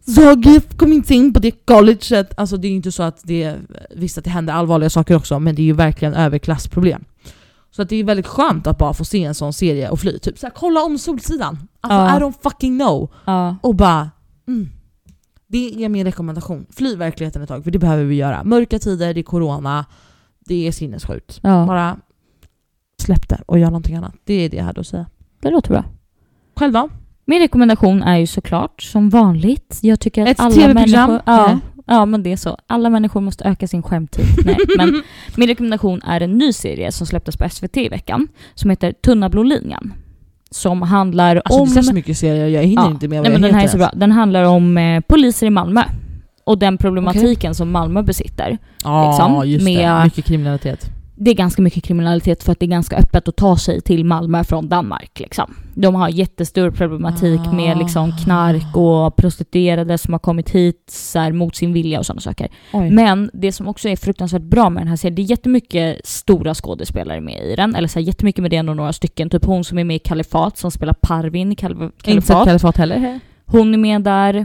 Jag kom inte in på det colleget. Alltså det är ju inte så att det... Visst att det händer allvarliga saker också. Men det är ju verkligen överklassproblem. Så att det är väldigt skönt att bara få se en sån serie och fly. Typ så här, kolla om Solsidan. Alltså
Ja.
I don't fucking know.
Ja.
Och bara... Mm. Det är min rekommendation. Fly verkligheten ett tag. För det behöver vi göra. Mörka tider, det är corona. Det är sinnessjukt.
Ja.
Bara släpp det och gör någonting annat. Det är det jag hade att säga.
Det låter bra.
Själv då?
Min rekommendation är ju såklart, som vanligt, jag tycker att
Ett
alla
tv-program?
människor... Ja,
Nej.
ja, men det är så. Alla människor måste öka sin skärmtid. Nej, men min rekommendation är en ny serie som släpptes på S V T i veckan som heter Tunna blå linjen. Som handlar
Alltså
om...
det är så mycket serier, jag hinner
Ja,
inte med vad
nej,
jag
men den här är
heter
så
ens.
bra. Den handlar om eh, poliser i Malmö. Och den problematiken som Malmö besitter.
Ja,
liksom,
just det.
med-
Mycket kriminalitet.
Det är ganska mycket kriminalitet för att det är ganska öppet att ta sig till Malmö från Danmark. Liksom. De har jättestor problematik
Ah.
med liksom knark och prostituerade som har kommit hit så här, mot sin vilja och sådana saker.
Oj.
Men det som också är fruktansvärt bra med den här serien, det är jättemycket stora skådespelare med i den. Eller så här, jättemycket med det, ändå några stycken. Typ hon som är med i Kalifat som spelar Parvin i Kal-
Inte sett
Kalifat.
Kalifat heller.
Hon är med där.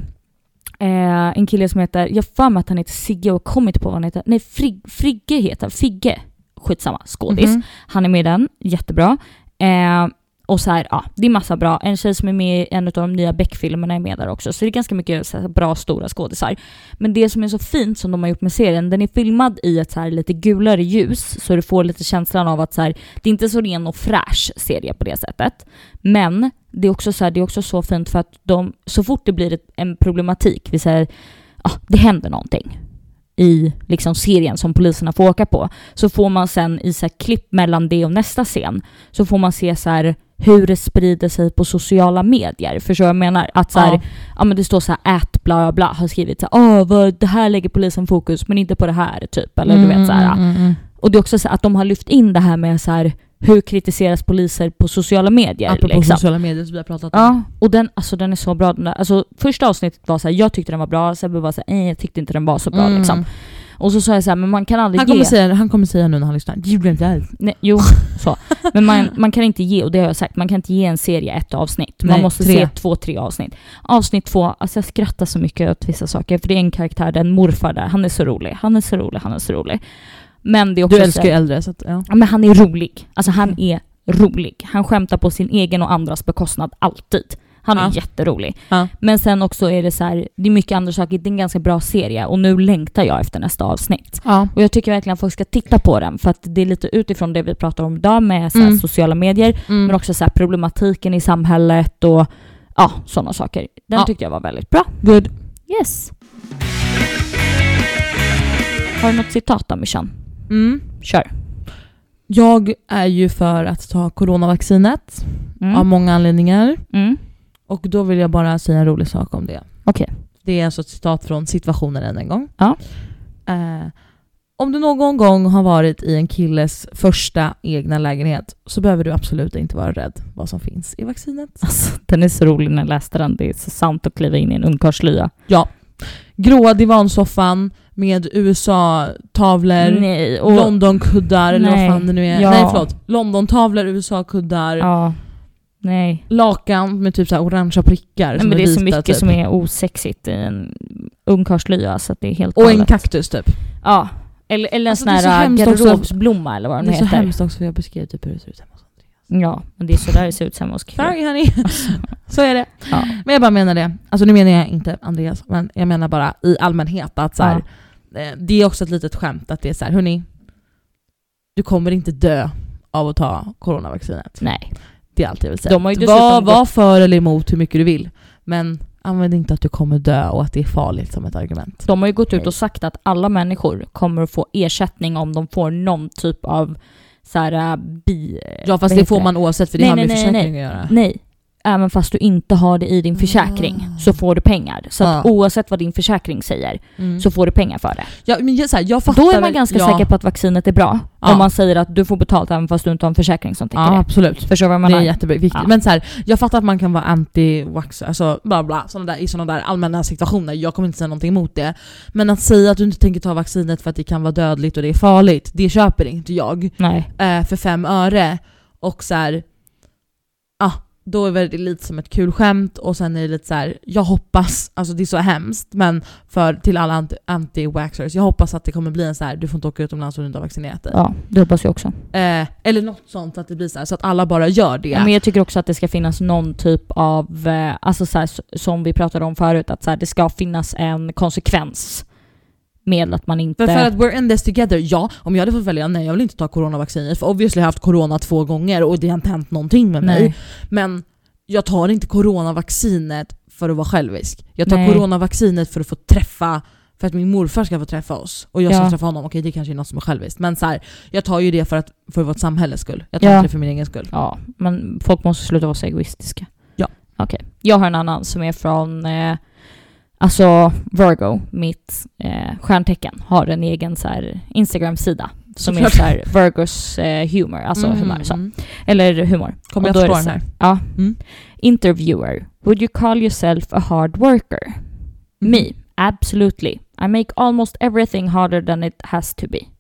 Eh, en kille som heter, jag får med att han heter Sigge och kommer inte på vad han heter. Nej, Frig, Frigge heter han. Figge. Skitsamma, skådis.
Mhm.
Han är med i den, jättebra. Eh, och så här, ja, det är massa bra. En tjej som är med i en av de nya Beck-filmerna är med där också. Så det är ganska mycket så här, bra, stora skådisar. Men det som är så fint som de har gjort med serien, den är filmad i ett så här lite gulare ljus. Så du får lite känslan av att så här, det är inte så ren och fräsch serie på det sättet. Men det är också så här, det är också så fint för att de, så fort det blir ett, en problematik, vi säger, ja, det händer någonting i liksom serien som poliserna får åka på, så får man sen i så här klipp mellan det och nästa scen, så får man se så här hur det sprider sig på sociala medier. Förstår jag menar? Att så här,
Ja.
ja, men det står så här ät bla bla bla har skrivit så här, åh, vad, det här lägger polisen fokus men inte på det här typ, eller du vet så här.
Mm, mm.
Och det är också så att de har lyft in det här med så här, hur kritiseras poliser på sociala medier.
Apropå
liksom.
sociala medier som vi har pratat om.
Ja, och den, alltså, den är så bra. Den där, alltså, första avsnittet var så här, jag tyckte den var bra, Sebbe var så här, eh, jag tyckte inte den var så bra.
Mm.
Liksom. Och så sa jag så här, men man kan aldrig
Han kommer,
ge.
säga, han kommer säga nu när han lyssnar. Det gjorde inte alls.
Nej, jo, så. Men man, man kan inte ge, och det har jag sagt, man kan inte ge en serie ett avsnitt. Man
Nej,
måste
tre.
se två, tre avsnitt. Avsnitt två, alltså jag skrattar så mycket åt vissa saker. För det är en karaktär, den morfar där. Han är så rolig, han är så rolig, han är så rolig. Men det är också
Du älskar
så
ju
här,
äldre. Så att, ja.
ja, men han är rolig. Alltså han är rolig. Han skämtar på sin egen och andras bekostnad alltid. Han är
Ja.
jätterolig.
Ja.
Men sen också är det så här, det är mycket andra saker. Det är en ganska bra serie och nu längtar jag efter nästa avsnitt.
Ja.
Och jag tycker verkligen att folk ska titta på den, för att det är lite utifrån det vi pratar om idag med så här,
Mm.
sociala medier,
Mm.
men också så här, problematiken i samhället och ja, sådana saker. Den
Ja.
tyckte jag var väldigt bra.
Good.
Yes. Har du något citat då, Mishan?
Mm.
Kör.
Jag är ju för att ta coronavaccinet
Mm.
av många anledningar.
Mm.
Och då vill jag bara säga en rolig sak om det.
Okej.
Det är alltså ett citat från situationen än en gång.
Ja.
Eh, om du någon gång har varit i en killes första egna lägenhet så behöver du absolut inte vara rädd vad som finns i vaccinet.
Alltså, den är så rolig när jag läste den. Det är så sant att kliva in i en ungkarlslya.
Ja. Gråa divansoffan med U S A-tavlor,
Nej. Och,
London-kuddar eller vad
Nej.
fan det nu är.
Ja.
Nej, förlåt. London-tavlor, U S A-kuddar,
ja. Nej.
lakan med typ så här orangea prickar.
Nej,
som
men det är så
vita,
mycket
typ.
som är osexigt i en ungkarlslya, så att det är helt
Och en
galet.
kaktus typ.
Ja. Eller, eller en
Alltså,
sån
det är så
här
hemskt också.
garderobsblomma eller vad
Det
den
är så
heter.
hemskt också för jag beskrev typ hur det ser ut hemma hos Andreas.
Ja, men det är så där det ser ut hemma hos killar.
Sorry honey. Så är det.
Ja.
Men jag bara menar det. Alltså nu menar jag inte Andreas, men jag menar bara i allmänhet att så här, eh, det är också ett litet skämt att det är så här, hörni, du kommer inte dö av att ta coronavaccinet.
Nej.
Det är allt jag vill säga.
De har ju dessutom
var,
gått-
var för eller emot hur mycket du vill, men använd inte att du kommer dö och att det är farligt som ett argument.
De har ju gått ut
Nej.
och sagt att alla människor kommer att få ersättning om de får någon typ av så här äh, bi...
Ja, fast
vad
det
heter
får man oavsett för det
Nej,
har
nej,
med
nej,
försäkring
nej.
att göra.
Nej. Även fast du inte har det i din försäkring
Ah.
så får du pengar. Så att
Ah.
oavsett vad din försäkring säger
Mm.
så får du pengar för det.
Ja, men jag, så här, jag fattar
Då är man
väl-
ganska
ja.
säker på att vaccinet är bra.
Ja.
Om man säger att du får betalt även fast du inte har en försäkring som täcker
Ja,
det.
absolut.
Förstår du vad jag menar?
Det är jätteviktigt.
Ja.
Men så här, jag fattar att man kan vara anti-vax, alltså bla bla, såna där, i sådana där allmänna situationer. Jag kommer inte säga någonting emot det. Men att säga att du inte tänker ta vaccinet för att det kan vara dödligt och det är farligt, det köper inte jag.
Nej.
Eh, för fem öre. Och så här, ah, då är det lite som ett kul skämt. Och sen är det lite så här, jag hoppas, alltså det är så hemskt, men för till alla anti- anti-waxers, jag hoppas att det kommer bli en så här, du får inte åka utomlands om du inte har vaccinerat dig.
Ja, det hoppas jag också.
Eh, eller något sånt, att det blir så här, så att alla bara gör det.
Ja, men jag tycker också att det ska finnas någon typ av, eh, alltså så här, s- som vi pratade om förut, att så här, det ska finnas en konsekvens med att man inte...
För, för att we're in this together, ja, om jag hade fått välja, nej jag vill inte ta coronavaccinet, för obviously har jag haft corona två gånger och det har inte hänt någonting med mig.
Nej.
Men jag tar inte coronavaccinet för att vara självisk. Jag tar
Nej.
coronavaccinet för att få träffa, för att min morfar ska få träffa oss. Och jag ska
Ja.
träffa honom, okej det kanske är något som är själviskt. Men så här, jag tar ju det för, att, för vårt samhälles skull. Jag tar
Ja.
inte det för min egen skull.
Ja, men folk måste sluta vara så egoistiska.
Ja.
Okej. Jag har en annan som är från eh, alltså Virgo, mitt eh, stjärntecken, har en egen så här Instagram-sida som är
Såklart.
så här Virgos eh, humor, alltså
Mm,
humor så.
mm.
Eller humor.
Kommer
Och
jag
då är
förstå
det
den
så
här?
Ja.
Mm.
Interviewer. Would you call yourself a hard worker? Me. Absolutely. I make almost everything harder than it has to be.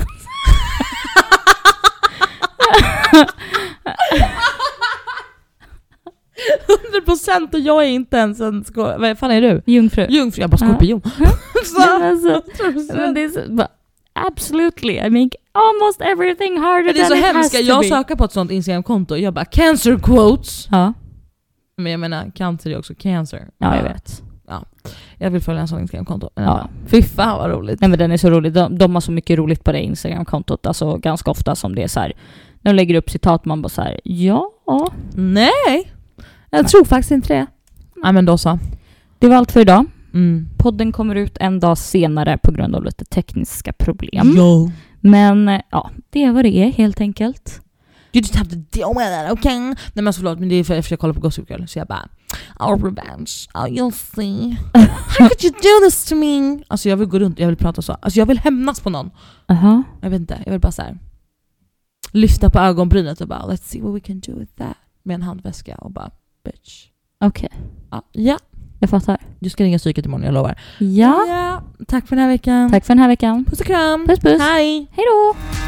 hundra procent och jag är inte ens en skor... Vad fan är du?
Jungfru.
Jungfru, jag bara skorpion.
Ja, men alltså, men det är så, bara, absolutely. I make almost everything harder
Men det är så
than it has
hemskt,
to
jag
be.
söker på ett sånt Instagram-konto och jag bara cancer quotes.
Ja,
Men jag menar, cancer är också cancer.
ja, jag vet.
Jag vill följa en sån Instagram-konto. Men
Ja.
fy fan vad roligt.
Nej, men den är så rolig. De, de har så mycket roligt på det Instagram-kontot. Alltså ganska ofta som det är så här. När de lägger upp citat, man bara så här, ja.
Nej, jag tror faktiskt inte det. Nej men då så.
Det var allt för idag.
Mm.
Podden kommer ut en dag senare på grund av lite tekniska problem.
Yo.
Men eh, ja, det är vad det är helt enkelt.
You just have to deal with it, okay? Nej men alltså förlåt, men det är för att jag kollar på Gossip Girl så jag bara our revenge, oh you'll see. How could you do this to me? Alltså jag vill gå runt, jag vill prata så. Alltså jag vill hämnas på någon.
Aha.
Jag vet inte, jag vill bara så här lyfta på ögonbrynet och bara let's see what we can do with that. Med en handväska och bara bitch.
Okej.
Ja, ja.
Jag fattar.
Du ska ringa psyket imorgon, jag lovar.
Ja.
ja. Tack för den här veckan.
Tack för den här veckan.
Puss och kram.
Puss puss.
Hej.
Hej då.